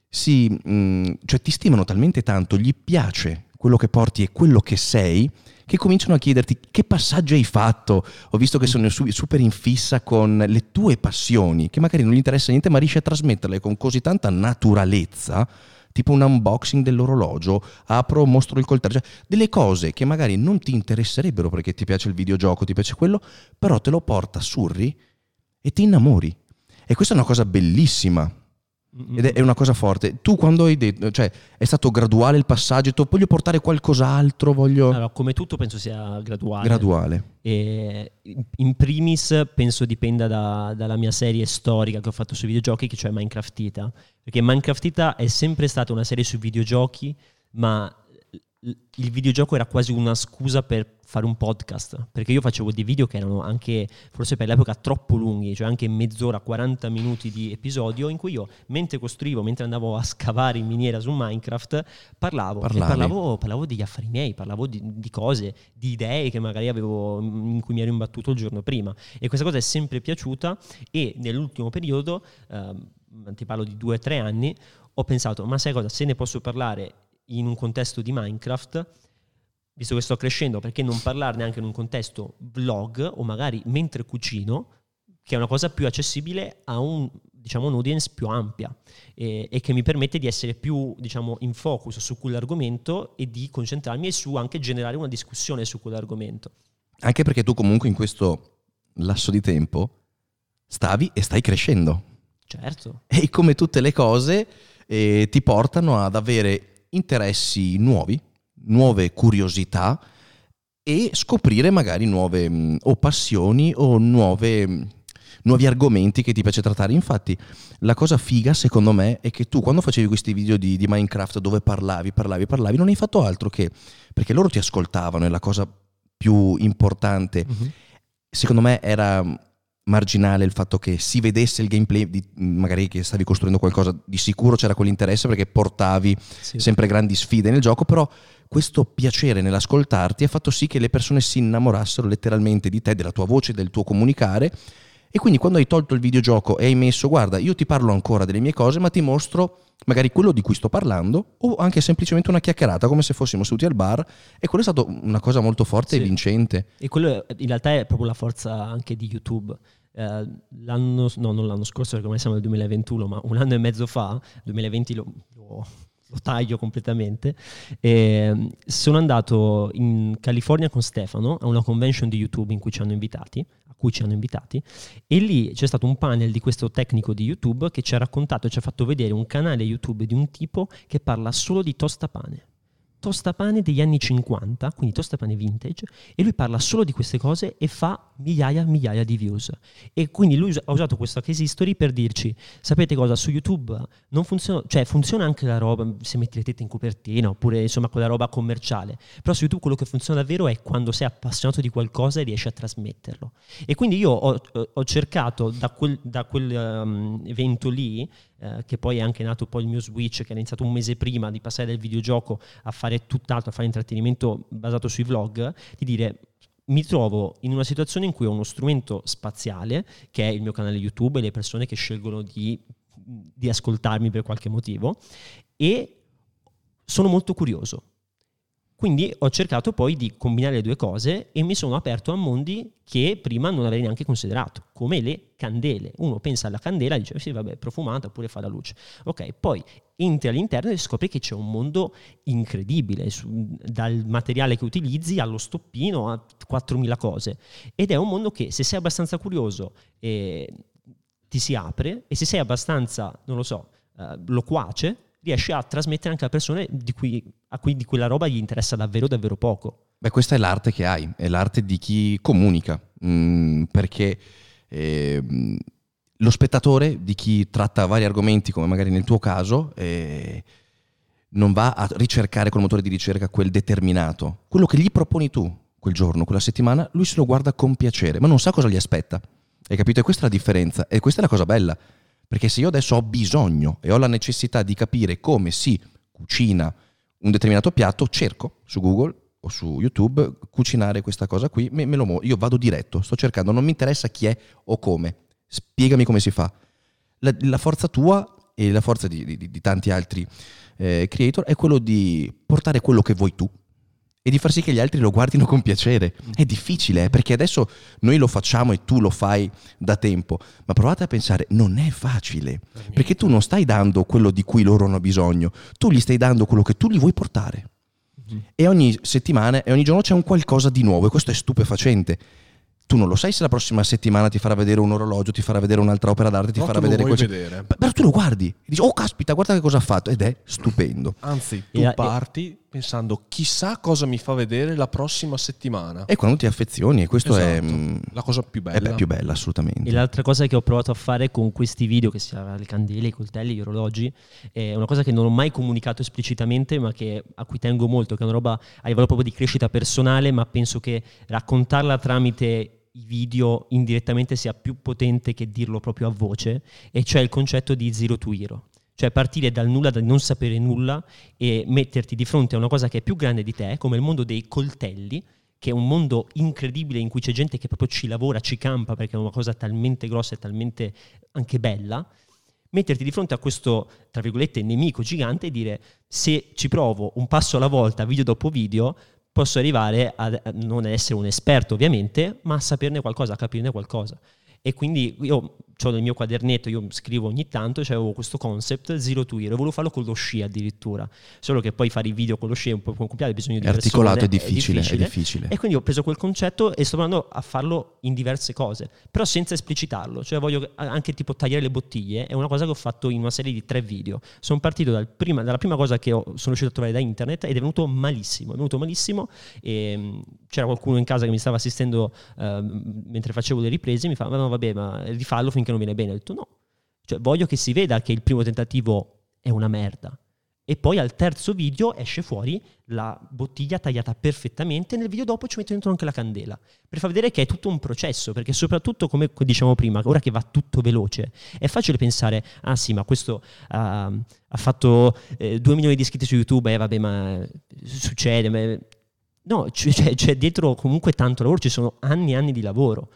cioè ti stimano talmente tanto, gli piace quello che porti e quello che sei, che cominciano a chiederti che passaggio hai fatto. Ho visto che sono super in fissa con le tue passioni, che magari non gli interessa niente, ma riesci a trasmetterle con così tanta naturalezza, tipo un unboxing dell'orologio, apro, mostro il coltello, cioè delle cose che magari non ti interesserebbero perché ti piace il videogioco, ti piace quello, però te lo porta, surri e ti innamori. E questa è una cosa bellissima. Ed è una cosa forte. Tu quando hai detto, cioè è stato graduale il passaggio, voglio portare qualcos'altro, Allora, come tutto penso sia graduale. E in primis penso dipenda dalla mia serie storica che ho fatto sui videogiochi, che cioè Minecraftita, perché Minecraftita è sempre stata una serie sui videogiochi, ma il videogioco era quasi una scusa per fare un podcast, perché io facevo dei video che erano anche, forse per l'epoca, troppo lunghi, cioè anche mezz'ora, 40 minuti di episodio, in cui io, mentre costruivo, mentre andavo a scavare in miniera su Minecraft, parlavo degli affari miei, parlavo di cose, di idee che magari avevo, in cui mi ero imbattuto il giorno prima, e questa cosa è sempre piaciuta. E nell'ultimo periodo, ti parlo di 2 o 3 anni, ho pensato, ma sai cosa, se ne posso parlare in un contesto di Minecraft, visto che sto crescendo, perché non parlarne anche in un contesto vlog o magari mentre cucino, che è una cosa più accessibile a un'audience più ampia e che mi permette di essere più, in focus su quell'argomento e di concentrarmi e su anche generare una discussione su quell'argomento. Anche perché tu comunque in questo lasso di tempo stavi e stai crescendo. Certo. E come tutte le cose ti portano ad avere interessi nuovi, nuove curiosità e scoprire magari nuove o passioni o nuovi argomenti che ti piace trattare. Infatti la cosa figa secondo me è che tu quando facevi questi video di Minecraft dove parlavi non hai fatto altro che, perché loro ti ascoltavano, e la cosa più importante secondo me era marginale il fatto che si vedesse il gameplay, magari che stavi costruendo qualcosa, di sicuro c'era quell'interesse perché portavi sempre grandi sfide nel gioco, però questo piacere nell'ascoltarti ha fatto sì che le persone si innamorassero letteralmente di te, della tua voce, del tuo comunicare. E quindi quando hai tolto il videogioco e hai messo, guarda, io ti parlo ancora delle mie cose, ma ti mostro magari quello di cui sto parlando, o anche semplicemente una chiacchierata come se fossimo seduti al bar, e quello è stato una cosa molto forte e vincente. E quello in realtà è proprio la forza anche di YouTube. Non l'anno scorso, perché ormai siamo nel 2021, ma 1 anno e mezzo fa, 2020 lo taglio completamente, sono andato in California con Stefano a una convention di YouTube a cui ci hanno invitati, e lì c'è stato un panel di questo tecnico di YouTube che ci ha raccontato e ci ha fatto vedere un canale YouTube di un tipo che parla solo di tostapane degli anni 50, quindi tostapane vintage, e lui parla solo di queste cose e fa migliaia di views. E quindi lui ha usato questa case history per dirci, sapete cosa, su YouTube non funziona, cioè funziona anche la roba se metti le tette in copertina oppure insomma quella roba commerciale, però su YouTube quello che funziona davvero è quando sei appassionato di qualcosa e riesci a trasmetterlo. E quindi io ho cercato da quel evento lì, che poi è anche nato poi il mio switch, che è iniziato 1 mese prima di passare dal videogioco a fare tutt'altro, a fare intrattenimento basato sui vlog, di dire mi trovo in una situazione in cui ho uno strumento spaziale che è il mio canale YouTube e le persone che scelgono di ascoltarmi per qualche motivo, e sono molto curioso. Quindi ho cercato poi di combinare le 2 cose e mi sono aperto a mondi che prima non avrei neanche considerato, come le candele. Uno pensa alla candela e dice sì vabbè, profumata oppure fa la luce. Ok, poi entri all'interno e scopri che c'è un mondo incredibile, dal materiale che utilizzi allo stoppino a 4.000 cose. Ed è un mondo che se sei abbastanza curioso ti si apre, e se sei abbastanza, non lo so, loquace, riesce a trasmettere anche a persone di cui di quella roba gli interessa davvero poco. Beh, questa è l'arte che hai, è l'arte di chi comunica, perché lo spettatore, di chi tratta vari argomenti, come magari nel tuo caso, non va a ricercare col motore di ricerca quel determinato. Quello che gli proponi tu quel giorno, quella settimana, lui se lo guarda con piacere, ma non sa cosa gli aspetta. Hai capito? E questa è la differenza, e questa è la cosa bella. Perché se io adesso ho bisogno e ho la necessità di capire come si cucina un determinato piatto, cerco su Google o su YouTube cucinare questa cosa qui, io vado diretto, sto cercando, non mi interessa chi è o come, spiegami come si fa. La forza tua e la forza di tanti altri creator è quello di portare quello che vuoi tu e di far sì che gli altri lo guardino con piacere. È difficile, perché adesso noi lo facciamo e tu lo fai da tempo, ma provate a pensare, non è facile, perché tu non stai dando quello di cui loro hanno bisogno, tu gli stai dando quello che tu gli vuoi portare. E ogni settimana e ogni giorno c'è un qualcosa di nuovo, e questo è stupefacente. tu non lo sai se la prossima settimana ti farà vedere un orologio, ti farà vedere un'altra opera d'arte, ti farà vedere questo. Però tu lo guardi e dici, oh caspita, guarda che cosa ha fatto, ed è stupendo. Anzi, tu parti pensando, chissà cosa mi fa vedere la prossima settimana. E quando ti affezioni, e questo è la cosa più bella. È più bella, assolutamente. E l'altra cosa che ho provato a fare con questi video, che sia le candele, i coltelli, gli orologi, è una cosa che non ho mai comunicato esplicitamente, ma a cui tengo molto, che è una roba a livello proprio di crescita personale, ma penso che raccontarla tramite i video indirettamente sia più potente che dirlo proprio a voce, e cioè il concetto di zero to hero. Cioè partire dal nulla, da non sapere nulla, e metterti di fronte a una cosa che è più grande di te, come il mondo dei coltelli, che è un mondo incredibile in cui c'è gente che proprio ci lavora, ci campa, perché è una cosa talmente grossa e talmente anche bella. Metterti di fronte a questo, tra virgolette, nemico gigante e dire: se ci provo un passo alla volta, video dopo video, posso arrivare a non essere un esperto ovviamente, ma a saperne qualcosa, a capirne qualcosa. E quindi io ho nel mio quadernetto, io scrivo ogni tanto, cioè avevo questo concept zero to hero, volevo farlo con lo sci addirittura, solo che poi fare i video con lo sci è un po' complicato, bisogno di articolato, persone, è difficile. E quindi ho preso quel concetto e sto provando a farlo in diverse cose, però senza esplicitarlo. Cioè voglio anche tipo tagliare le bottiglie, è una cosa che ho fatto in una serie di 3 video. Sono partito dalla prima cosa che sono riuscito a trovare da internet, ed è venuto malissimo, e c'era qualcuno in casa che mi stava assistendo mentre facevo le riprese, mi fa: ma no, vabbè, ma rifallo finché non viene bene. Ho detto no, cioè voglio che si veda che il primo tentativo è una merda, e poi al terzo video esce fuori la bottiglia tagliata perfettamente, nel video dopo ci metto dentro anche la candela, per far vedere che è tutto un processo, perché soprattutto, come diciamo prima, ora che va tutto veloce, è facile pensare: ah sì, ma questo ha fatto 2 milioni di iscritti su YouTube, vabbè, ma succede, ma... No, c'è dietro comunque tanto lavoro, ci sono anni e anni di lavoro,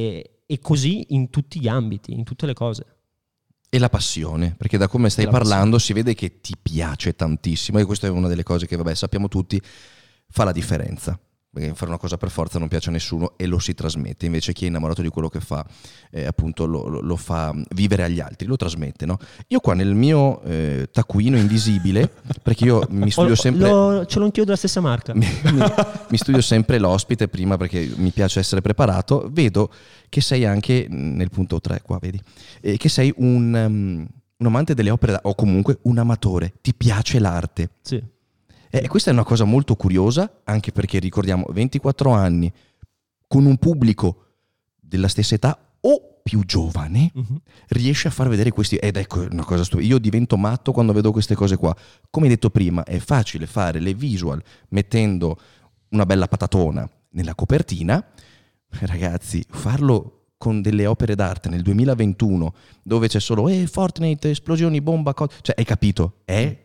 e così in tutti gli ambiti, in tutte le cose. E la passione, perché da come stai parlando si vede che ti piace tantissimo, e questa è una delle cose che, vabbè, sappiamo tutti, fa la differenza. Perché fare una cosa per forza non piace a nessuno e lo si trasmette. Invece chi è innamorato di quello che fa, appunto lo fa vivere agli altri, lo trasmette, no? Io qua nel mio taccuino invisibile, perché io mi studio sempre... Ce l'ho anch'io della stessa marca. mi studio sempre l'ospite prima, perché mi piace essere preparato. Vedo che sei anche, nel punto 3 qua, vedi, che sei un amante delle opere, o comunque un amatore, ti piace l'arte. Sì. Questa è una cosa molto curiosa, anche perché ricordiamo 24 anni con un pubblico della stessa età o più giovane, riesce a far vedere questi, ed ecco una cosa stupenda. Io divento matto quando vedo queste cose qua. Come hai detto prima, è facile fare le visual mettendo una bella patatona nella copertina. Ragazzi, farlo con delle opere d'arte nel 2021, dove c'è solo Fortnite, esplosioni, bomba, cioè, hai capito? È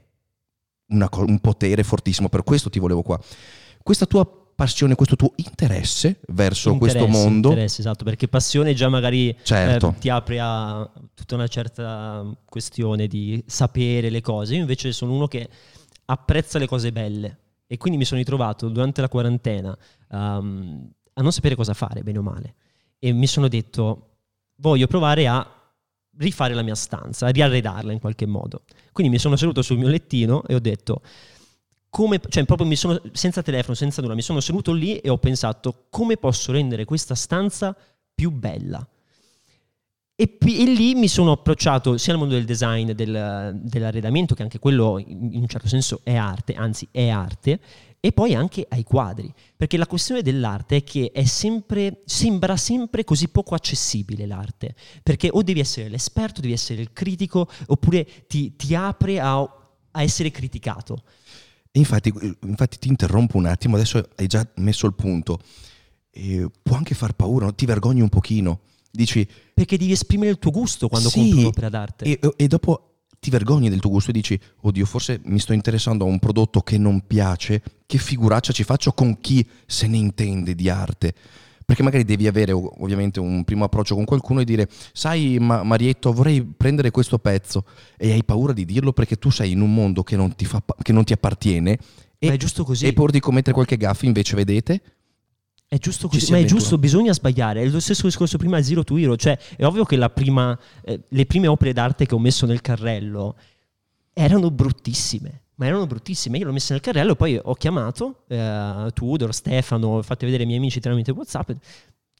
un potere fortissimo. Per questo ti volevo qua. Questa tua passione, questo tuo interesse verso questo mondo. Interesse, esatto, perché passione già magari certo. Ti apre a tutta una certa questione di sapere le cose. Io invece sono uno che apprezza le cose belle, e quindi mi sono ritrovato durante la quarantena a non sapere cosa fare, bene o male, e mi sono detto: voglio provare a rifare la mia stanza, a riarredarla in qualche modo. Quindi mi sono seduto sul mio lettino e ho detto, proprio senza telefono, senza nulla, mi sono seduto lì e ho pensato: come posso rendere questa stanza più bella? E lì mi sono approcciato sia al mondo del design, dell'arredamento, che anche quello in un certo senso è arte, anzi è arte, e poi anche ai quadri, perché la questione dell'arte è che sembra sempre così poco accessibile l'arte, perché o devi essere l'esperto, devi essere il critico, oppure ti apre a essere criticato. Infatti ti interrompo un attimo, adesso hai già messo il punto, può anche far paura, no? Ti vergogni un pochino, dici... Perché devi esprimere il tuo gusto quando compri un'opera d'arte. E dopo ti vergogni del tuo gusto e dici: oddio, forse mi sto interessando a un prodotto che non piace, che figuraccia ci faccio con chi se ne intende di arte. Perché magari devi avere ovviamente un primo approccio con qualcuno e dire: sai Marietto, vorrei prendere questo pezzo, e hai paura di dirlo perché tu sei in un mondo che non ti appartiene, ma è giusto così. E pur di commettere qualche gaffe, invece vedete, è giusto così, ma è giusto, bisogna sbagliare. È lo stesso discorso prima del zero to hero. Cioè è ovvio che le prime opere d'arte che ho messo nel carrello erano bruttissime, io l'ho messa nel carrello, poi ho chiamato Tudor, Stefano, ho fatto vedere ai miei amici tramite WhatsApp: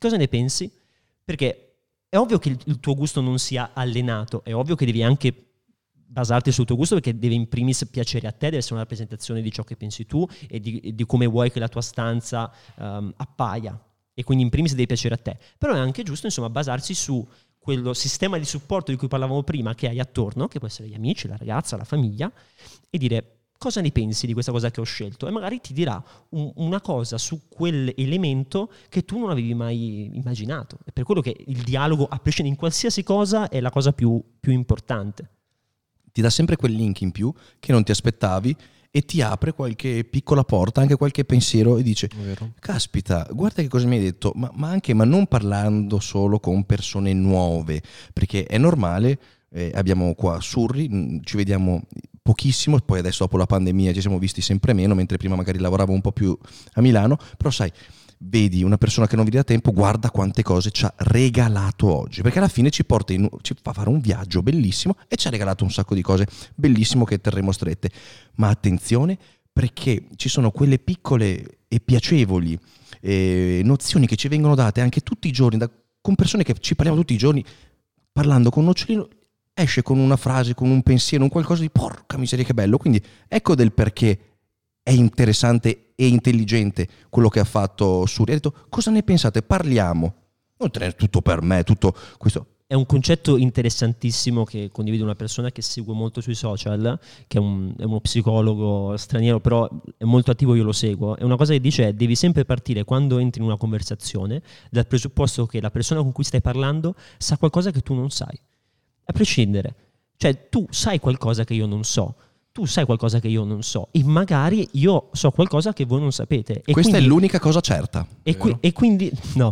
Cosa ne pensi? Perché è ovvio che il tuo gusto non sia allenato, è ovvio che devi anche basarti sul tuo gusto, perché deve in primis piacere a te, deve essere una rappresentazione di ciò che pensi tu e di come vuoi che la tua stanza appaia, e quindi in primis deve piacere a te. Però è anche giusto, insomma, basarsi su quello sistema di supporto di cui parlavamo prima che hai attorno, che può essere gli amici, la ragazza, la famiglia, e dire: cosa ne pensi di questa cosa che ho scelto? E magari ti dirà una cosa su quell'elemento che tu non avevi mai immaginato. È per quello che il dialogo, a prescindere in qualsiasi cosa, è la cosa più importante. Ti dà sempre quel link in più che non ti aspettavi e ti apre qualche piccola porta, anche qualche pensiero, e dice: caspita, guarda che cosa mi hai detto, ma non parlando solo con persone nuove, perché è normale, abbiamo qua Surri, ci vediamo pochissimo, poi adesso dopo la pandemia ci siamo visti sempre meno, mentre prima magari lavoravo un po' più a Milano, però sai, vedi una persona che non vedi da tempo, guarda quante cose ci ha regalato oggi, perché alla fine ci fa fare un viaggio bellissimo e ci ha regalato un sacco di cose bellissimo che terremo strette. Ma attenzione, perché ci sono quelle piccole e piacevoli nozioni che ci vengono date anche tutti i giorni con persone che ci parliamo tutti i giorni, parlando con un nocciolino, esce con una frase, con un pensiero, un qualcosa di porca miseria che bello. Quindi ecco del perché è interessante e intelligente quello che ha fatto Surri. Ha detto: cosa ne pensate? Parliamo. Non tenere tutto per me, tutto questo. È un concetto interessantissimo che condivide una persona che seguo molto sui social, che è uno psicologo straniero, però è molto attivo, io lo seguo. E una cosa che dice è: devi sempre partire, quando entri in una conversazione, dal presupposto che la persona con cui stai parlando sa qualcosa che tu non sai. A prescindere. Cioè, tu sai qualcosa che io non so. Tu sai qualcosa che io non so, e magari io so qualcosa che voi non sapete. E questa quindi, è l'unica cosa certa. E quindi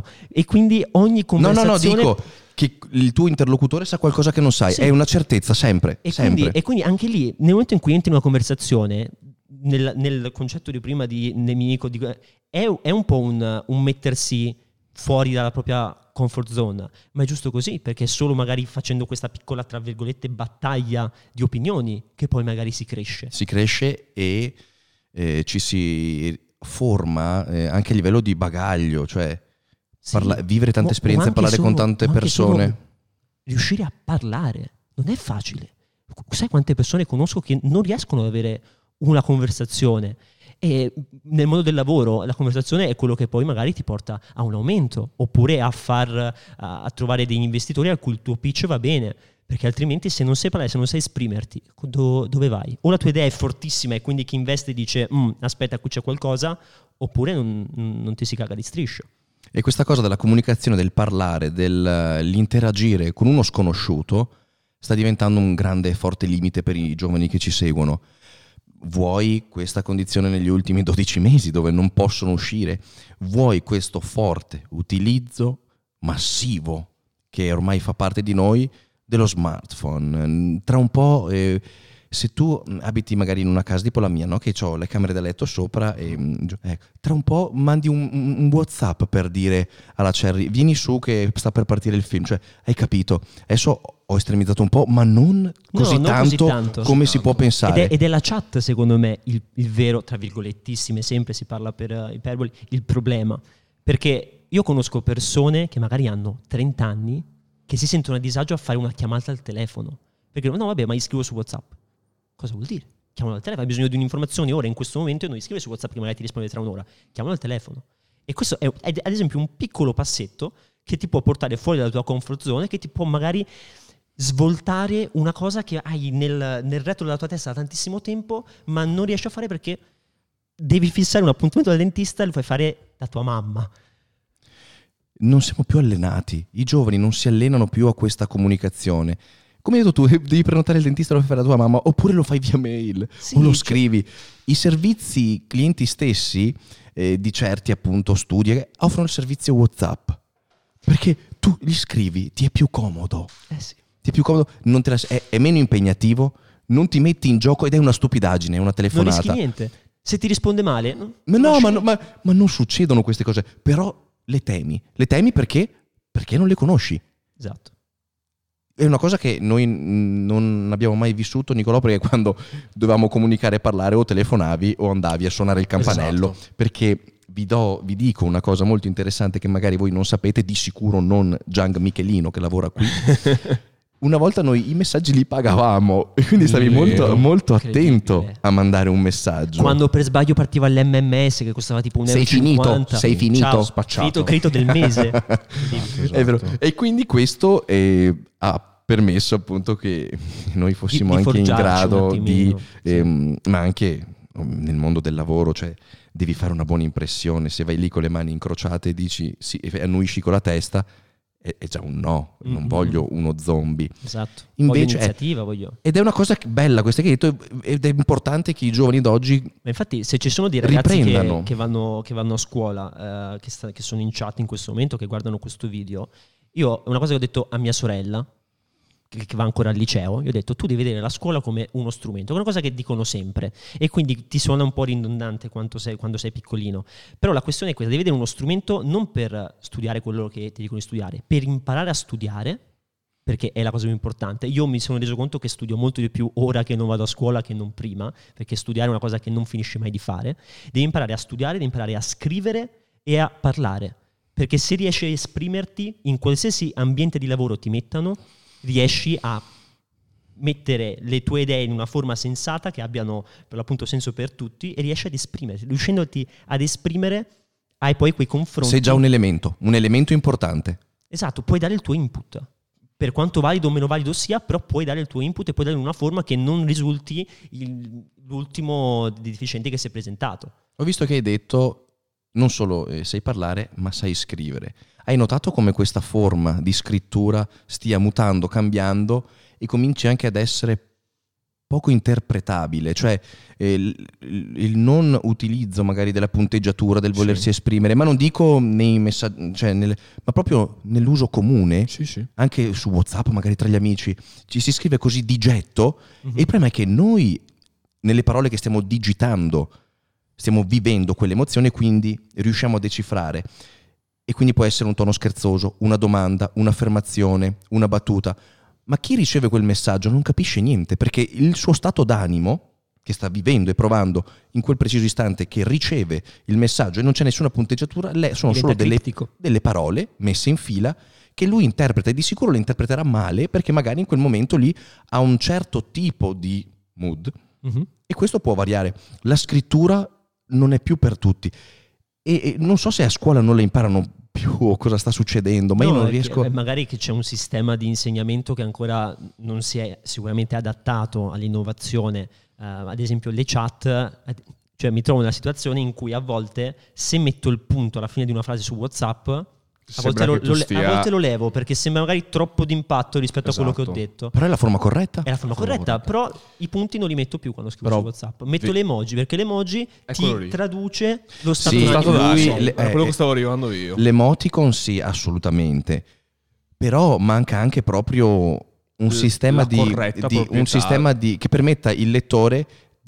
ogni conversazione... No, dico che il tuo interlocutore sa qualcosa che non sai. Sì. È una certezza, sempre. Sempre. Quindi anche lì, nel momento in cui entri in una conversazione, nel concetto di prima di nemico, è un po' un mettersi fuori dalla propria comfort zone, ma è giusto così, perché è solo magari facendo questa piccola, tra virgolette, battaglia di opinioni che poi magari si cresce. Si cresce e ci si forma anche a livello di bagaglio, cioè vivere tante esperienze, parlare con tante persone. Riuscire a parlare non è facile. Sai quante persone conosco che non riescono ad avere una conversazione? E nel mondo del lavoro la conversazione è quello che poi magari ti porta a un aumento, oppure a trovare degli investitori a cui il tuo pitch va bene, perché altrimenti se non sai parlare, se non sai esprimerti, dove vai? O la tua idea è fortissima e quindi chi investe dice aspetta, qui c'è qualcosa, oppure non ti si caga di striscio. E questa cosa della comunicazione, del parlare, dell'interagire con uno sconosciuto sta diventando un grande e forte limite per i giovani che ci seguono. Vuoi questa condizione negli ultimi 12 mesi dove non possono uscire? Vuoi questo forte utilizzo massivo che ormai fa parte di noi dello smartphone? Tra un po', se tu abiti magari in una casa tipo la mia, no? Che ho le camere da letto sopra, tra un po' mandi un WhatsApp per dire alla Cherry: vieni su che sta per partire il film. Cioè, hai capito? Adesso ho estremizzato un po', ma non così tanto come si può pensare. Ed è la chat, secondo me, il vero, tra virgolettissime, sempre si parla per iperboli, il problema. Perché io conosco persone che magari hanno 30 anni che si sentono a disagio a fare una chiamata al telefono. Perché no, vabbè, ma gli scrivo su WhatsApp. Cosa vuol dire? Chiamalo al telefono, hai bisogno di un'informazione ora, in questo momento, e non gli scrive su WhatsApp che magari ti risponde tra un'ora. Chiamalo al telefono. E questo è ad esempio un piccolo passetto che ti può portare fuori dalla tua comfort zone, che ti può magari svoltare una cosa che hai nel retro della tua testa da tantissimo tempo, ma non riesci a fare perché devi fissare un appuntamento dal dentista e lo fai fare da tua mamma. Non siamo più allenati, i giovani non si allenano più a questa comunicazione. Come hai detto tu, devi prenotare il dentista e lo fai fare da tua mamma, oppure lo fai via mail, o lo scrivi. I servizi clienti stessi di certi appunto studi offrono il servizio WhatsApp, perché tu gli scrivi, ti è più comodo. Sì. Ti è più comodo, è meno impegnativo, non ti metti in gioco ed è una stupidaggine, una telefonata. Non rischi niente. Se ti risponde male... Ma non succedono queste cose, però le temi. Le temi perché non le conosci. Esatto. È una cosa che noi non abbiamo mai vissuto, Nicolò, perché quando dovevamo comunicare e parlare o telefonavi o andavi a suonare il campanello, esatto. Perché vi dico una cosa molto interessante che magari voi non sapete, di sicuro non Gian Michelino che lavora qui. Una volta noi i messaggi li pagavamo e quindi stavi molto, molto attento a mandare un messaggio. Quando per sbaglio partiva l'MMS che costava tipo €1,50. Sei finito, ciao, spacciato. finito il credito del mese. Esatto. È vero. E quindi questo ha permesso appunto che noi fossimo Di anche in forgiarci grado un attimino, ma anche nel mondo del lavoro, cioè devi fare una buona impressione. Se vai lì con le mani incrociate e dici sì, e annuisci con la testa, è già un no, non voglio uno zombie. Esatto. Invece iniziativa voglio. Ed è una cosa bella questa che hai detto, ed è importante che i giovani d'oggi Ma infatti se ci sono dei ragazzi riprendano. che vanno a scuola, che sono in chat in questo momento, che guardano questo video, io una cosa che ho detto a mia sorella, che va ancora al liceo, io ho detto tu devi vedere la scuola come uno strumento, che è una cosa che dicono sempre e quindi ti suona un po' ridondante quando sei piccolino, però la questione è questa: devi vedere uno strumento non per studiare quello che ti dicono di studiare, per imparare a studiare, perché è la cosa più importante. Io mi sono reso conto che studio molto di più ora che non vado a scuola che non prima, perché studiare è una cosa che non finisce mai di fare. Devi imparare a studiare, devi imparare a scrivere e a parlare, perché se riesci a esprimerti in qualsiasi ambiente di lavoro ti mettano, riesci a mettere le tue idee in una forma sensata che abbiano per l'appunto senso per tutti e riesci ad esprimerti. Riuscendoti ad esprimere hai poi quei confronti. sei già un elemento importante. Esatto, puoi dare il tuo input. Per quanto valido o meno valido sia, però puoi dare il tuo input e puoi dare in una forma che non risulti l'ultimo deficiente che si è presentato. Ho visto che hai detto non solo sai parlare, ma sai scrivere. Hai notato come questa forma di scrittura stia mutando, cambiando e cominci anche ad essere poco interpretabile, cioè il non utilizzo magari della punteggiatura, del volersi esprimere, ma non dico nei messaggi, cioè ma proprio nell'uso comune, anche su WhatsApp, magari tra gli amici, ci si scrive così di getto e il problema è che noi nelle parole che stiamo digitando stiamo vivendo quelle emozioni e quindi riusciamo a decifrare. E quindi può essere un tono scherzoso, una domanda, un'affermazione, una battuta. Ma chi riceve quel messaggio non capisce niente, perché il suo stato d'animo, che sta vivendo e provando in quel preciso istante che riceve il messaggio e non c'è nessuna punteggiatura, sono solo delle parole messe in fila che lui interpreta e di sicuro le interpreterà male perché magari in quel momento lì ha un certo tipo di mood e questo può variare. La scrittura non è più per tutti e non so se a scuola non le imparano più o cosa sta succedendo, ma io non riesco. Magari che c'è un sistema di insegnamento che ancora non si è sicuramente adattato all'innovazione. Ad esempio le chat, cioè mi trovo in una situazione in cui a volte se metto il punto alla fine di una frase su WhatsApp a volte lo levo perché sembra magari troppo d'impatto rispetto a quello che ho detto. Però è la forma corretta? È la forma corretta, però i punti non li metto più quando scrivo su WhatsApp. Metto le emoji perché l'emoji ti traduce lo stato d'animo. Quello che stavo arrivando io. L'emoticon sì, assolutamente. Però manca anche proprio un sistema che permetta il lettore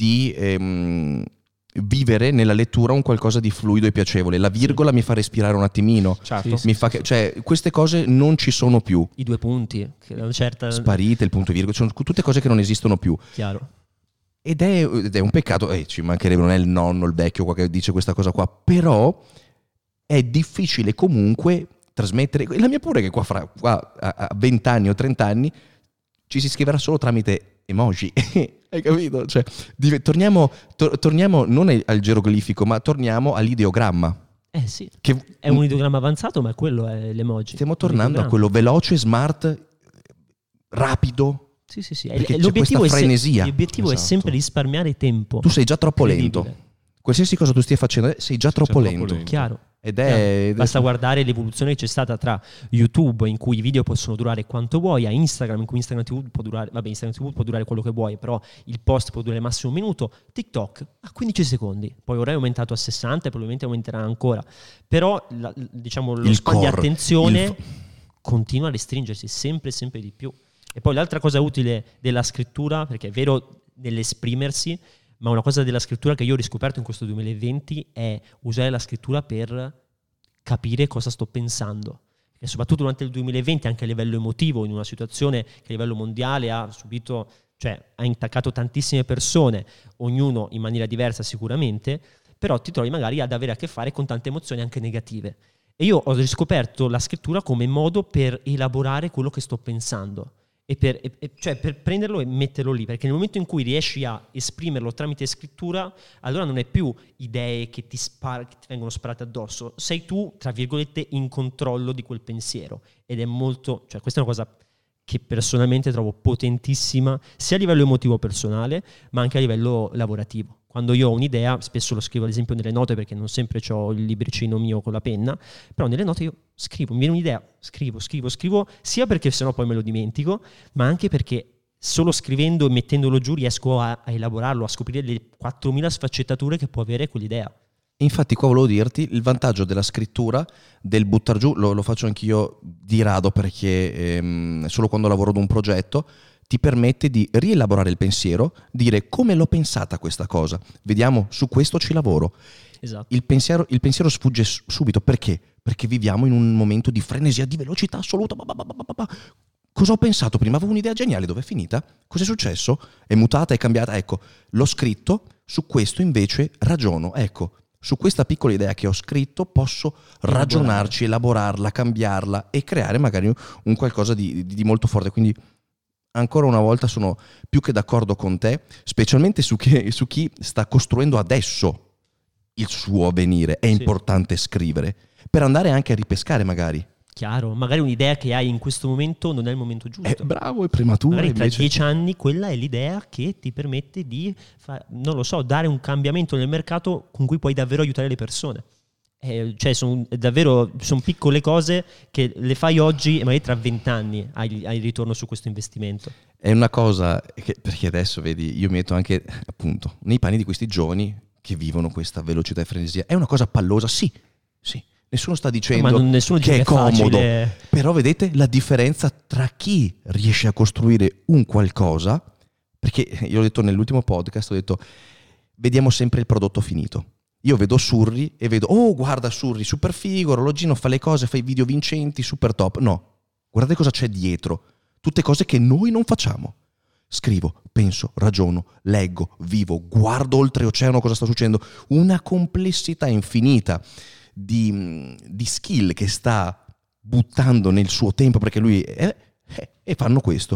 di vivere nella lettura un qualcosa di fluido e piacevole. La virgola mi fa respirare un attimino. Cioè, queste cose non ci sono più. I due punti, che una certa... Sparite, il punto virgola, sono tutte cose che non esistono più. Chiaro. Ed è un peccato, ci mancherebbe, non è il nonno, il vecchio qua che dice questa cosa qua, però è difficile comunque trasmettere. La mia pure è che qua a 20 anni o 30 anni ci si scriverà solo tramite emoji. Hai capito? Cioè, torniamo non al geroglifico, ma torniamo all'ideogramma. Sì. Che è un ideogramma avanzato, ma quello è l'emoji. Stiamo tornando a quello veloce, smart, rapido. Sì. L'obiettivo è sempre risparmiare tempo. Tu sei già troppo lento. Qualsiasi cosa tu stia facendo, sei già troppo lento. Chiaro. Basta guardare l'evoluzione che c'è stata tra YouTube, in cui i video possono durare quanto vuoi, a Instagram, in cui Instagram TV può durare, Instagram TV può durare quello che vuoi, però il post può durare massimo un minuto, TikTok a 15 secondi, poi ora è aumentato a 60 e probabilmente aumenterà ancora, però lo span di attenzione continua a restringersi sempre di più. E poi l'altra cosa utile della scrittura, perché è vero nell'esprimersi, ma una cosa della scrittura che io ho riscoperto in questo 2020 è usare la scrittura per capire cosa sto pensando. E soprattutto durante il 2020, anche a livello emotivo, in una situazione che a livello mondiale ha intaccato tantissime persone, ognuno in maniera diversa sicuramente, però ti trovi magari ad avere a che fare con tante emozioni anche negative. E io ho riscoperto la scrittura come modo per elaborare quello che sto pensando, cioè per prenderlo e metterlo lì, perché nel momento in cui riesci a esprimerlo tramite scrittura, allora non è più idee che ti vengono sparate addosso, sei tu, tra virgolette, in controllo di quel pensiero, ed è molto, cioè questa è una cosa che personalmente trovo potentissima, sia a livello emotivo personale, ma anche a livello lavorativo. Quando io ho un'idea, spesso lo scrivo ad esempio nelle note, perché non sempre ho il libricino mio con la penna, però nelle note io scrivo, mi viene un'idea, scrivo, sia perché sennò poi me lo dimentico, ma anche perché solo scrivendo e mettendolo giù riesco a elaborarlo, a scoprire le 4.000 sfaccettature che può avere quell'idea. Infatti qua volevo dirti il vantaggio della scrittura, del buttar giù, lo faccio anch'io di rado, perché solo quando lavoro ad un progetto ti permette di rielaborare il pensiero, dire come l'ho pensata questa cosa, vediamo, su questo ci lavoro. Esatto. Il pensiero sfugge subito, perché? Perché viviamo in un momento di frenesia, di velocità assoluta. Cosa ho pensato prima? Avevo un'idea geniale, dove è finita? Cos'è successo? È mutata, è cambiata? Ecco, l'ho scritto, su questo invece ragiono, ecco. Su questa piccola idea che ho scritto posso ragionarci, elaborarla, cambiarla e creare magari un qualcosa di molto forte. Quindi ancora una volta sono più che d'accordo con te, specialmente su chi sta costruendo adesso il suo avvenire. È importante scrivere per andare anche a ripescare magari. Chiaro, magari un'idea che hai in questo momento non è il momento giusto. È bravo, è prematura. Magari tra invece 10 anni quella è l'idea che ti permette di, non lo so, dare un cambiamento nel mercato con cui puoi davvero aiutare le persone. Cioè sono piccole cose che le fai oggi e magari tra 20 anni hai ritorno su questo investimento. È una cosa che, perché adesso vedi, io mi metto anche appunto nei panni di questi giovani che vivono questa velocità e frenesia. È una cosa pallosa, sì. Nessuno sta dicendo che è comodo, però vedete la differenza tra chi riesce a costruire un qualcosa, perché io ho detto nell'ultimo podcast, ho detto vediamo sempre il prodotto finito. Io vedo Surri e vedo, oh guarda Surri, super figo, orologino, fa le cose, fa i video vincenti, super top. No, guardate cosa c'è dietro, tutte cose che noi non facciamo. Scrivo, penso, ragiono, leggo, vivo, guardo oltreoceano cosa sta succedendo, una complessità infinita di skill che sta buttando nel suo tempo, perché lui e fanno questo.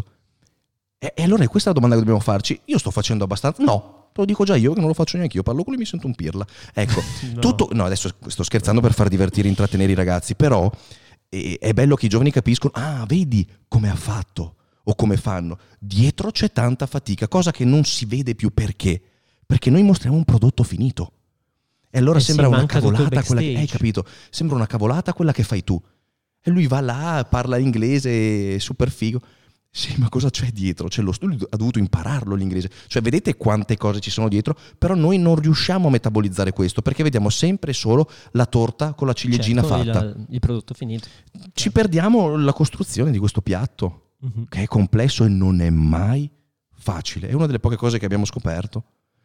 E allora è questa la domanda che dobbiamo farci. Io sto facendo abbastanza? No, te lo dico già io che non lo faccio neanche io, parlo con lui e mi sento un pirla. Ecco, no, adesso sto scherzando per far divertire e intrattenere i ragazzi, però è bello che i giovani capiscono, vedi come ha fatto o come fanno. Dietro c'è tanta fatica, cosa che non si vede più. Perché? Perché noi mostriamo un prodotto finito. E allora sembra una cavolata quella che hai capito? Sembra una cavolata quella che fai tu. E lui va là, parla inglese, super figo. Sì, ma cosa c'è dietro? C'è lo studio, ha dovuto impararlo l'inglese. Cioè, vedete quante cose ci sono dietro? Però noi non riusciamo a metabolizzare questo, perché vediamo sempre solo la torta con la ciliegina fatta. Il prodotto finito. Ci perdiamo la costruzione di questo piatto, che è complesso e non è mai facile. È una delle poche cose che abbiamo scoperto.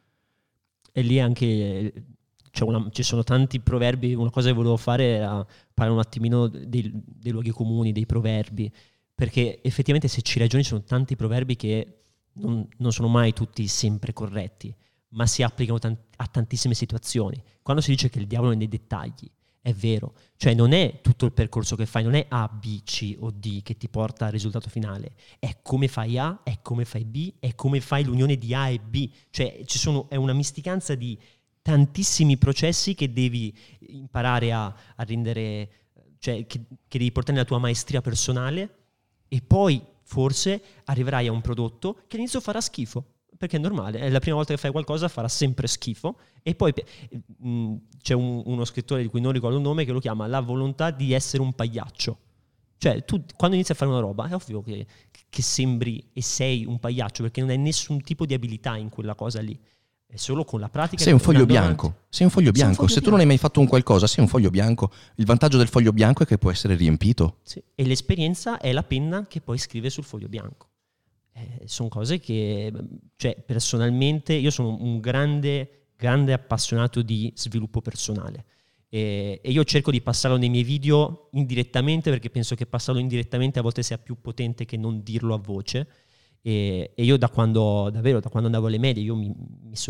E lì anche ci sono tanti proverbi. Una cosa che volevo fare era parlare un attimino dei luoghi comuni, dei proverbi, perché effettivamente se ci ragioni ci sono tanti proverbi che non sono mai tutti sempre corretti, ma si applicano a tantissime situazioni. Quando si dice che il diavolo è nei dettagli, è vero, cioè non è tutto il percorso che fai, non è A, B, C o D che ti porta al risultato finale, è come fai A, è come fai B, è come fai l'unione di A e B, cioè è una misticanza di tantissimi processi che devi imparare a rendere, cioè che devi portare nella tua maestria personale, e poi forse arriverai a un prodotto che all'inizio farà schifo, perché è normale, è la prima volta che fai qualcosa, farà sempre schifo, e poi c'è uno scrittore di cui non ricordo il nome che lo chiama la volontà di essere un pagliaccio. Cioè tu quando inizi a fare una roba è ovvio che sembri e sei un pagliaccio, perché non hai nessun tipo di abilità in quella cosa lì. È solo con la pratica. Sei un foglio bianco. Sei un foglio bianco. Se tu non hai mai fatto un qualcosa, sei un foglio bianco. Il vantaggio del foglio bianco è che può essere riempito. Sì. E l'esperienza è la penna che poi scrive sul foglio bianco. Sono cose che, cioè, personalmente, io sono un grande appassionato di sviluppo personale. E io cerco di passarlo nei miei video indirettamente, perché penso che passarlo indirettamente a volte sia più potente che non dirlo a voce. E io da quando andavo alle medie, io mi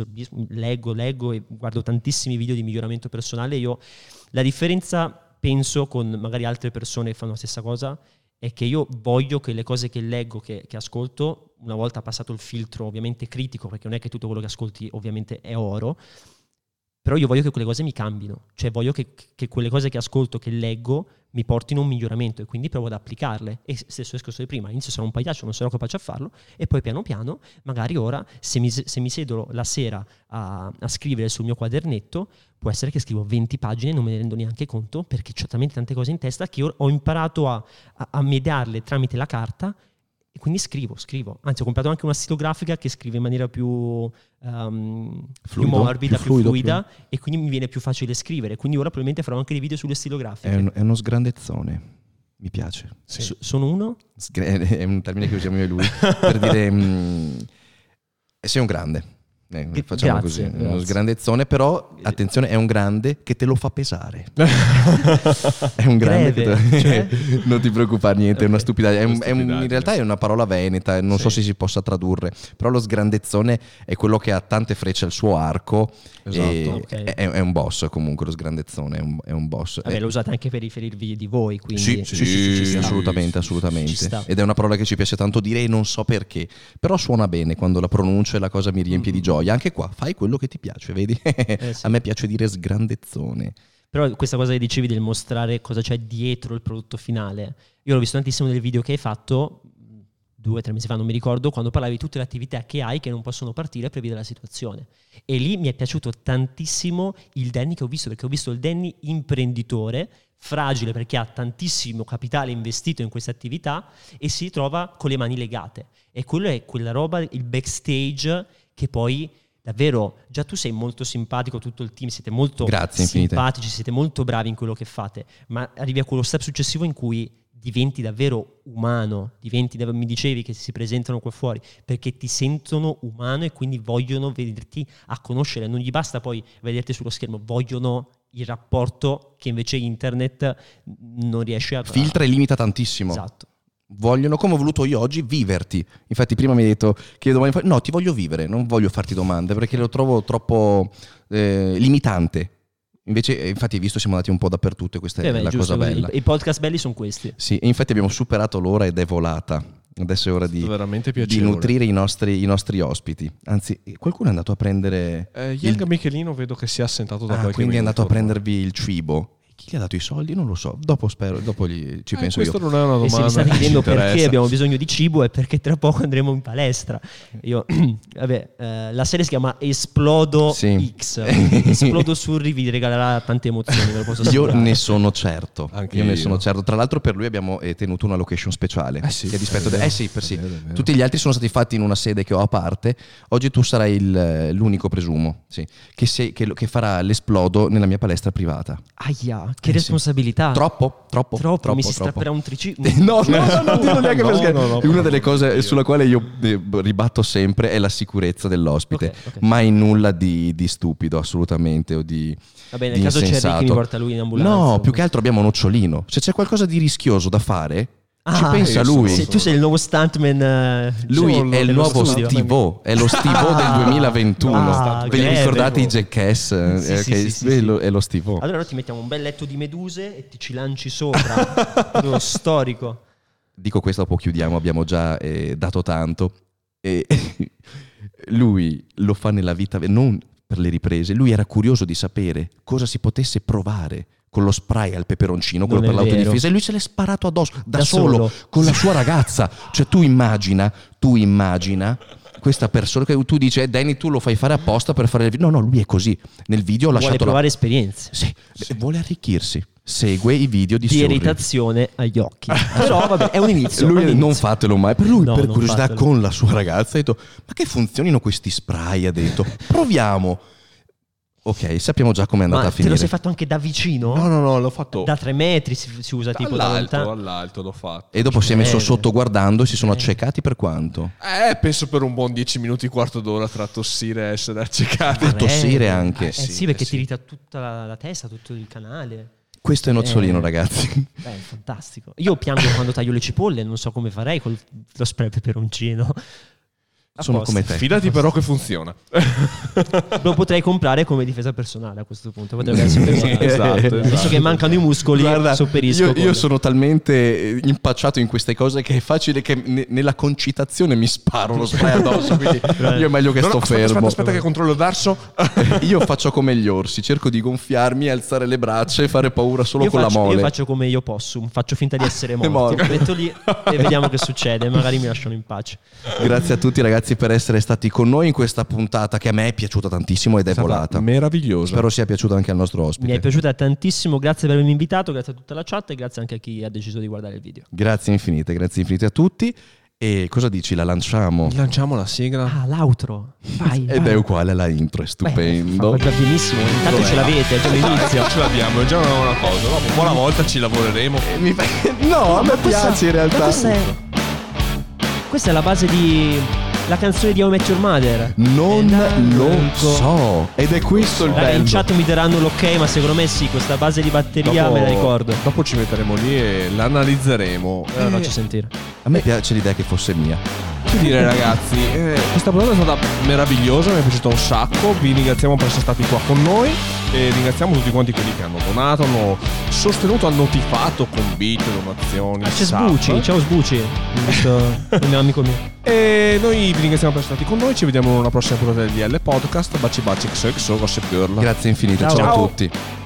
leggo e guardo tantissimi video di miglioramento personale. La differenza, penso, con magari altre persone che fanno la stessa cosa, è che io voglio che le cose che leggo, che ascolto, una volta passato il filtro ovviamente critico, perché non è che tutto quello che ascolti ovviamente è oro, però io voglio che quelle cose mi cambino, cioè voglio che quelle cose che ascolto, che leggo, mi portino a un miglioramento, e quindi provo ad applicarle. E stesso discorso di prima, all'inizio sarò un pagliaccio, non sarò capace a farlo, e poi piano piano, magari ora, se mi siedo la sera a scrivere sul mio quadernetto, può essere che scrivo 20 pagine e non me ne rendo neanche conto, perché ho talmente tante cose in testa che ho imparato a mediarle tramite la carta, e quindi scrivo. Anzi, ho comprato anche una stilografica che scrive in maniera più morbida, più fluida, e quindi mi viene più facile scrivere. Quindi ora probabilmente farò anche dei video sulle stilografiche. È uno sgrandezzone, mi piace. Sì. Sono uno? È un termine che usiamo io e lui per dire sei un grande. Facciamo Grazie, così, uno sgrandezzone, però attenzione, è un grande che te lo fa pesare. È un grande Greve, non ti preoccupare, niente, è una stupidaggine. Stupidaggine. In realtà è una parola veneta, non so se si possa tradurre, però lo sgrandezzone è quello che ha tante frecce al suo arco. Esatto. E è un boss comunque, lo sgrandezzone è un boss. Vabbè, lo usate anche per riferirvi di voi, quindi Sì, ci sta. assolutamente. Ci sta. Ed è una parola che ci piace tanto dire e non so perché, però suona bene quando la pronuncio e la cosa mi riempie di gioia. Anche qua, fai quello che ti piace, vedi? Sì. A me piace dire sgrandezzone. Però questa cosa che dicevi del mostrare cosa c'è dietro il prodotto finale, io l'ho visto tantissimo nel video che hai fatto 2 o 3 mesi fa, non mi ricordo, quando parlavi di tutte le attività che hai che non possono partire per via della situazione. E lì mi è piaciuto tantissimo il Danny che ho visto, perché ho visto il Danny imprenditore, fragile perché ha tantissimo capitale investito in questa attività e si trova con le mani legate. E quello è quella roba, il backstage, che poi davvero, già tu sei molto simpatico, tutto il team, siete molto simpatici, siete molto bravi in quello che fate, ma arrivi a quello step successivo in cui diventi davvero umano, mi dicevi che si presentano qua fuori perché ti sentono umano e quindi vogliono vederti a conoscere, non gli basta poi vederti sullo schermo, vogliono il rapporto che invece internet non riesce a... Filtra e limita tantissimo. Esatto. Vogliono, come ho voluto io oggi, viverti. Infatti prima mi hai detto che domani no, ti voglio vivere, non voglio farti domande perché lo trovo troppo limitante. Invece, infatti, hai visto, siamo andati un po' dappertutto e questa è la giusto, cosa bella. I podcast belli sono questi. Sì, e infatti abbiamo superato l'ora ed è volata. Adesso è ora di nutrire i nostri ospiti. Anzi, qualcuno è andato a prendere... Young Michelino vedo che si è assentato da qualche quindi minuto. È andato a prendervi il cibo. Chi gli ha dato i soldi? Non lo so. Dopo ci penso questo io. Non è una domanda. E se mi state chiedendo perché interessa. abbiamo bisogno di cibo è perché tra poco andremo in palestra. La serie si chiama Esplodo X. Esplodo Surri vi regalerà tante emozioni, ve lo posso Io assicurare. ne sono certo. Anche io ne io. sono certo. Tra l'altro per lui abbiamo tenuto una location speciale. Sì, che a dispetto è vero. sì. È vero. Tutti gli altri sono stati fatti in una sede che ho a parte. Oggi tu sarai l'unico, presumo, sì, che farà l'esplodo nella mia palestra privata. Aia, che responsabilità. Troppo? Mi si strapperà un triciclo. No, dillo neanche per scherzare. no, Una delle cose sulla quale io ribatto sempre è la sicurezza dell'ospite. Ok. Mai nulla di stupido, assolutamente, o di Vabbè, nel di caso c'è insensato. Ricky, mi porta lui in ambulanza. No, più che altro abbiamo Nocciolino. Se c'è qualcosa di rischioso da fare, ci pensa io lui. sono- Tu sei il nuovo stuntman. Lui Solo è il dello nuovo studio. Steve-O, è lo Steve-O del 2021. Ah, Ve li greve. ricordate i Jackass? Sì. È lo Steve-O. Allora ti mettiamo un bel letto di meduse e ti ci lanci sopra. Lo storico. Dico questo, dopo chiudiamo, abbiamo già dato tanto. E lui lo fa nella vita, non per le riprese, lui era curioso di sapere cosa si potesse provare con lo spray al peperoncino, quello Non per è l'autodifesa, vero. e lui se l'è sparato addosso da Da solo, solo. con la sua ragazza. Cioè tu immagina questa persona che tu dici Danny, tu lo fai fare apposta per fare il video. No, lui è così. Nel video ho Vuole lasciato provare esperienze. Sì, vuole arricchirsi. Segue i video di Di Surri. irritazione agli occhi. Però vabbè, è un inizio. Lui è un inizio. non fatelo mai. Per lui, No, per non curiosità, fatelo. con la sua ragazza, ha detto: ma che funzionino questi spray? Ha detto: proviamo. Ok, sappiamo già com'è andata Ma a te finire. lo sei fatto anche da vicino? No, l'ho fatto Da 3 metri si usa tipo da lontano. all'alto l'ho fatto. E dopo si è messo Greve. sotto guardando e si sono accecati per quanto? Penso per un buon 10 minuti, quarto d'ora tra tossire e essere accecati. tossire anche. Sì, perché sì. ti irrita tutta la testa, tutto il canale. Questo è Nozzolino, ragazzi. Beh, è fantastico. Io piango quando taglio le cipolle, non so come farei con lo spray peperoncino. Sono come te. Fidati però che funziona. Lo potrei comprare come difesa personale a questo punto. Potrebbe essere Esatto. Visto che mancano i muscoli, Guarda, sopperisco. io sono talmente impacciato in queste cose che è facile che nella concitazione mi sparo lo spray addosso. Quindi io è meglio che sto fermo. Aspetta che controllo il verso. Io faccio come gli orsi, cerco di gonfiarmi, alzare le braccia e fare paura solo con la mole. Io faccio come io posso, faccio finta di essere morto. Mi metto lì e vediamo che succede. Magari mi lasciano in pace. Grazie a tutti, ragazzi, per essere stati con noi in questa puntata che a me è piaciuta tantissimo ed è volata. Meravigliosa. Spero sia piaciuta anche al nostro ospite. Mi è piaciuta tantissimo, grazie per avermi invitato, grazie a tutta la chat e grazie anche a chi ha deciso di guardare il video. Grazie infinite a tutti. E cosa dici? La lanciamo? Lanciamo la sigla. Ah, l'outro. Vai. Ed è uguale alla intro, è stupendo. Va già benissimo, intanto ce l'avete, è già l'inizio. Ce l'abbiamo, è già una cosa. Dopo un po' alla volta ci lavoreremo. No, a me piace in realtà. Questa è la base di la canzone di How I Met Your Mother. Non lo so. Ed è questo il bello. In chat mi daranno l'ok, ma secondo me sì, questa base di batteria me la ricordo. Dopo ci metteremo lì e l'analizzeremo. La faccio sentire. A me piace l'idea che fosse mia. Che dire, ragazzi, questa puntata è stata meravigliosa, mi è piaciuta un sacco. Vi ringraziamo per essere stati qua con noi e ringraziamo tutti quanti quelli che hanno donato, hanno sostenuto, hanno tifato con bit, donazioni. C'è Sbuci, ciao Sbuci, il mio amico mio. E noi vi ringraziamo per essere stati con noi. Ci vediamo in una prossima puntata del DL Podcast. Baci XOXO, Gossip Girl. Grazie infinite, ciao a tutti.